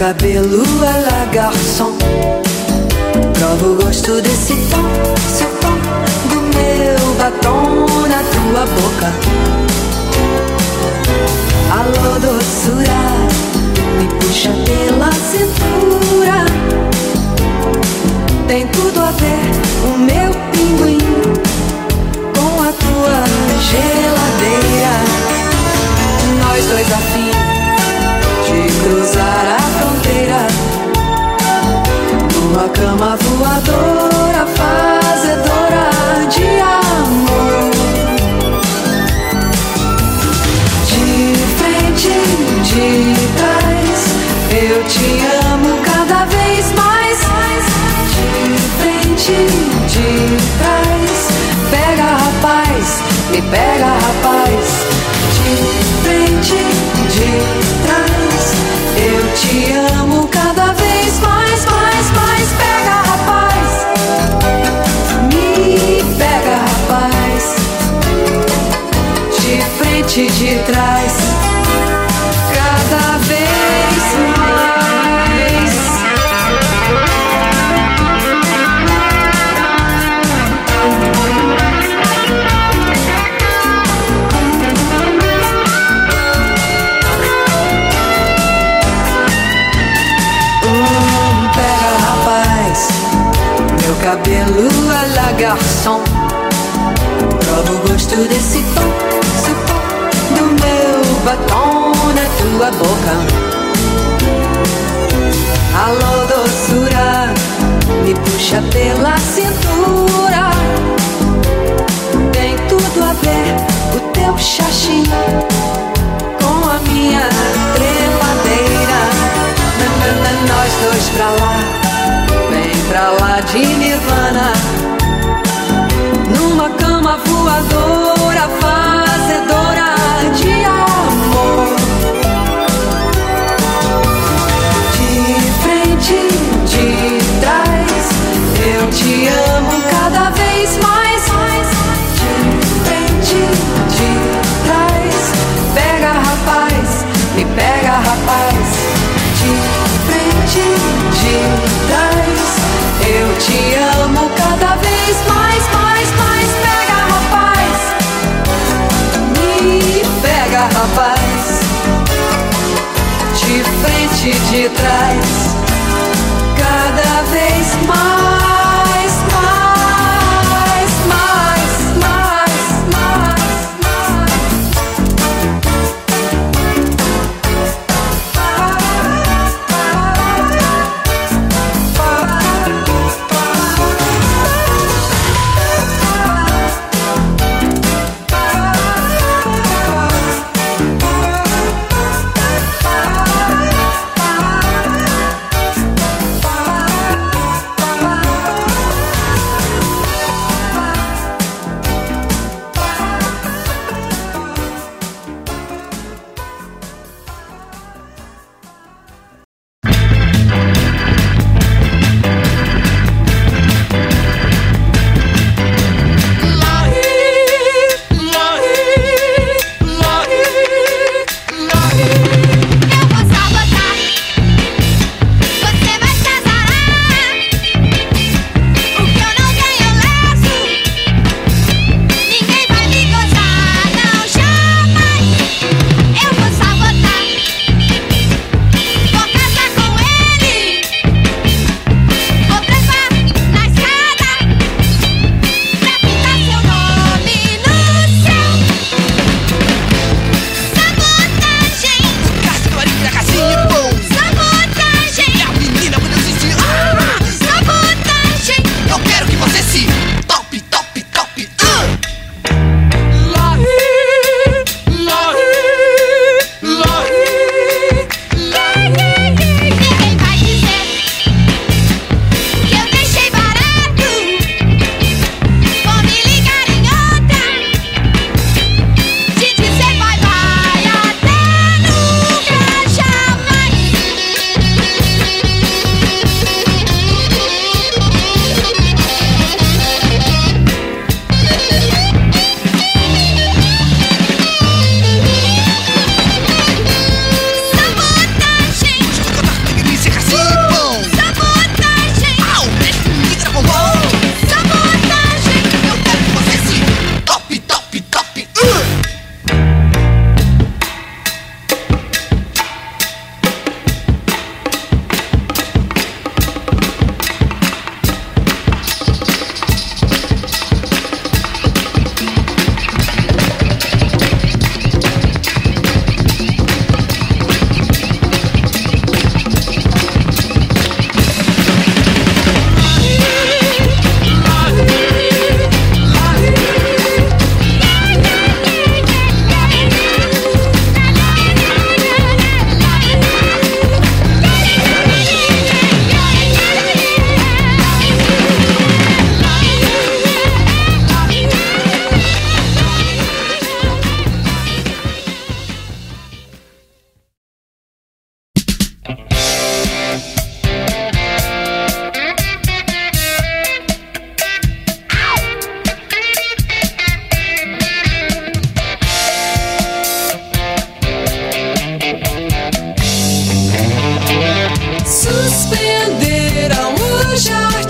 cabelo à la garçon. Prova o gosto desse tom, seu tom, do meu batom na tua boca. Alô, doçura, me puxa pela cintura. Tem tudo a ver o meu pinguim com a tua geladeira. Nós dois a fim de cruzar a fronteira, numa cama voadora, fazedora de amor. De frente, de trás, eu te amo cada vez mais. De frente, de trás, pega rapaz, me pega rapaz. De frente, de trás, eu te amo cada vez mais, mais, mais. Pega rapaz, me pega rapaz. De frente, de trás, cada vez mais. Cabelo à la garçon. Prova o gosto desse tom, seu tom, do meu batom na tua boca. Alô, doçura, me puxa pela cintura. Tem tudo a ver o teu xaxim com a minha trepadeira. Nós dois pra lá, vem pra lá de Nirvana, numa cama voadora, fazedora de amor. De frente, de trás, eu te amo cada vez mais. De frente, de trás, pega rapaz, me pega rapaz. De frente, de trás, eu te amo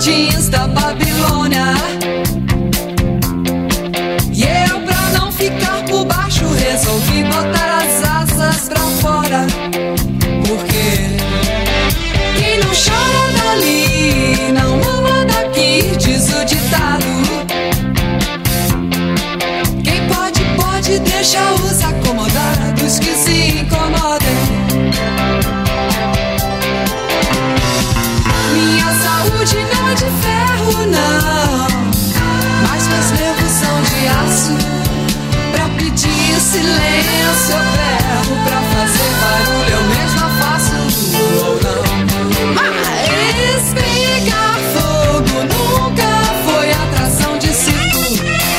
jardins da Babilônia. E eu, pra não ficar por baixo, resolvi botar as asas pra fora. Porque quem não chora dali não ama daqui, diz o ditado. Quem pode, pode, deixa os acomodados que se incomodem. Minha saúde não é de ferro, não, mas meus nervos são de aço. Pra pedir silêncio eu berro, pra fazer barulho eu mesma faço. Ou não, mas pegar fogo nunca foi atração de circo.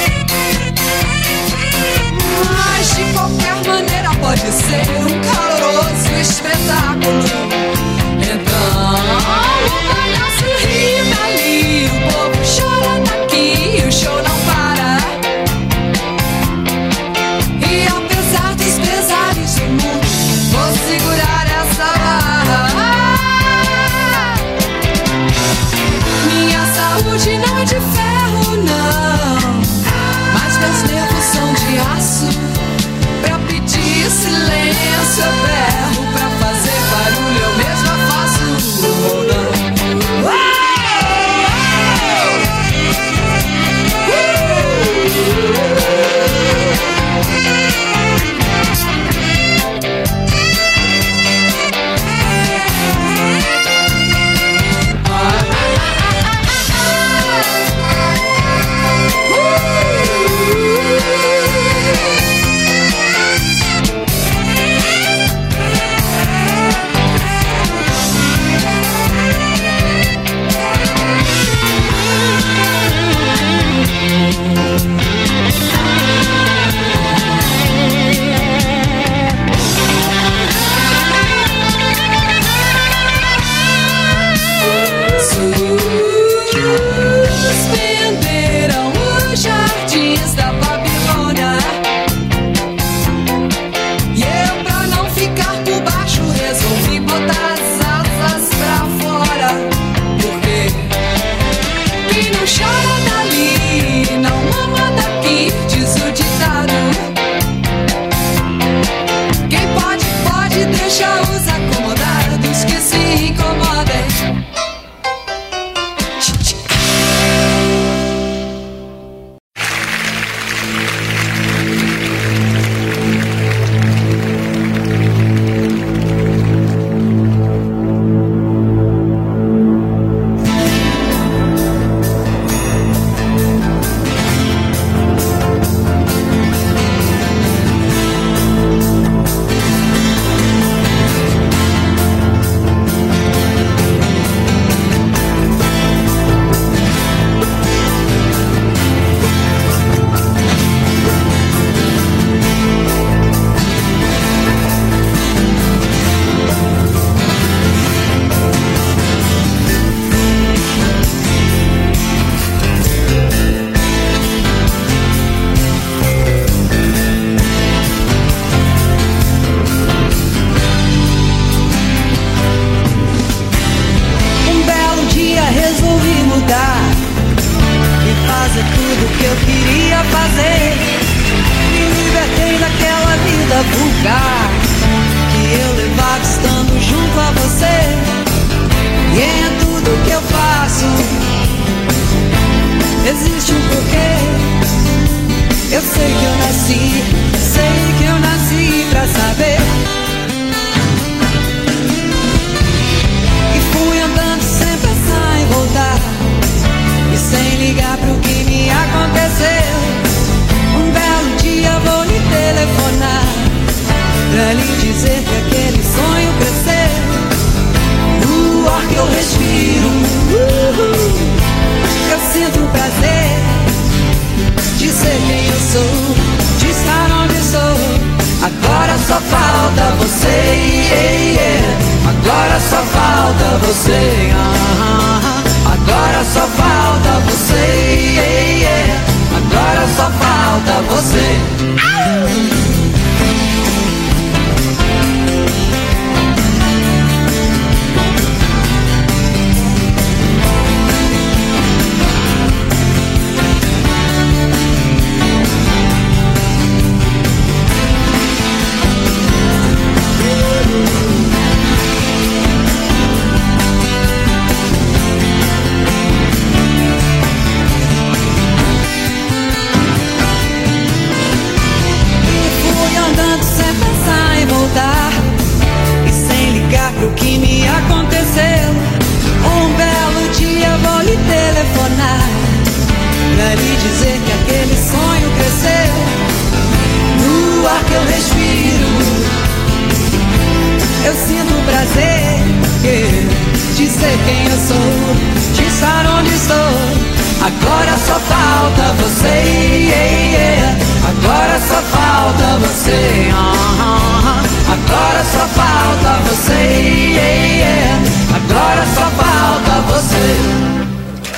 Mas de qualquer maneira pode ser um caloroso espetáculo. Então o palhaço ri dali, o povo chora daqui e o show não para. E apesar dos pesares do mundo, vou segurar essa barra. Minha saúde não é de ferro, não, mas meus nervos são de aço. Pra pedir silêncio eu berro, pra fazer barulho eu mesma faço. Ou não. Suspenderam os jardins da Babilônia. E eu, pra não ficar por baixo, resolvi botar as asas pra fora. Porque quem não chora dali não ama daqui, diz o ditado. Quem pode, pode, deixa os acomodados que se incomodem. dizer que aquele sonho cresceu no ar que eu respiro. Eu sinto prazer de ser quem eu sou, de estar onde estou. Agora só falta você, yeah, yeah. Agora só falta você, uh-huh. Agora só falta você, yeah, yeah. Agora só falta você.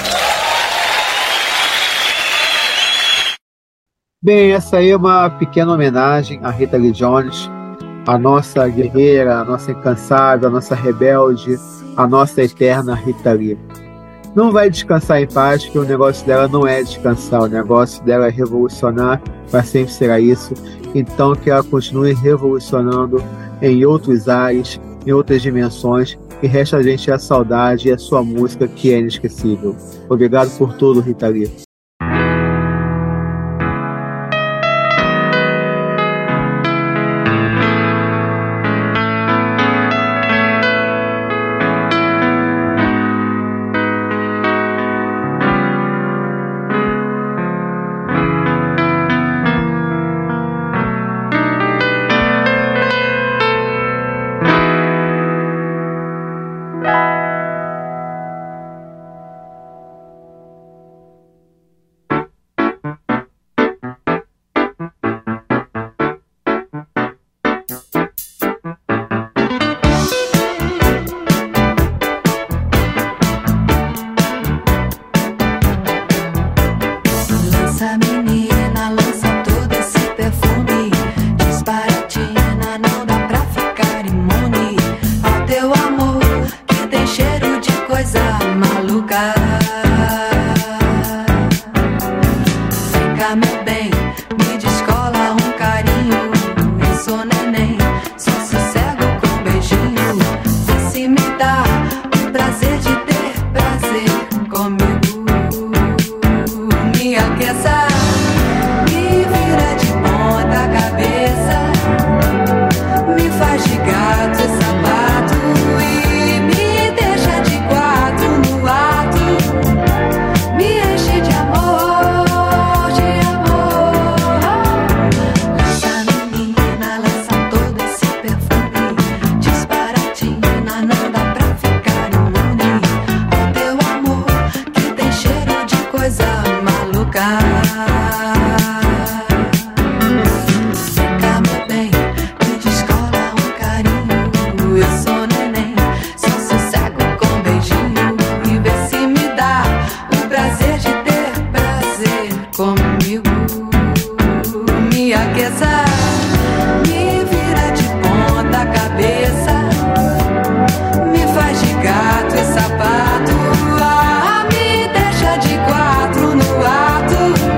Bem, essa aí é uma pequena homenagem a Rita Lee Jones, a nossa guerreira, a nossa incansável, a nossa rebelde, a nossa eterna Rita Lee. Não vai descansar em paz, porque o negócio dela não é descansar, o negócio dela é revolucionar, para sempre será isso. Então que ela continue revolucionando em outros ares, em outras dimensões, e resta a gente a saudade e a sua música, que é inesquecível. Obrigado por tudo, Rita Lee. Sapato, ah, me deixa de quatro no ato.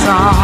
song.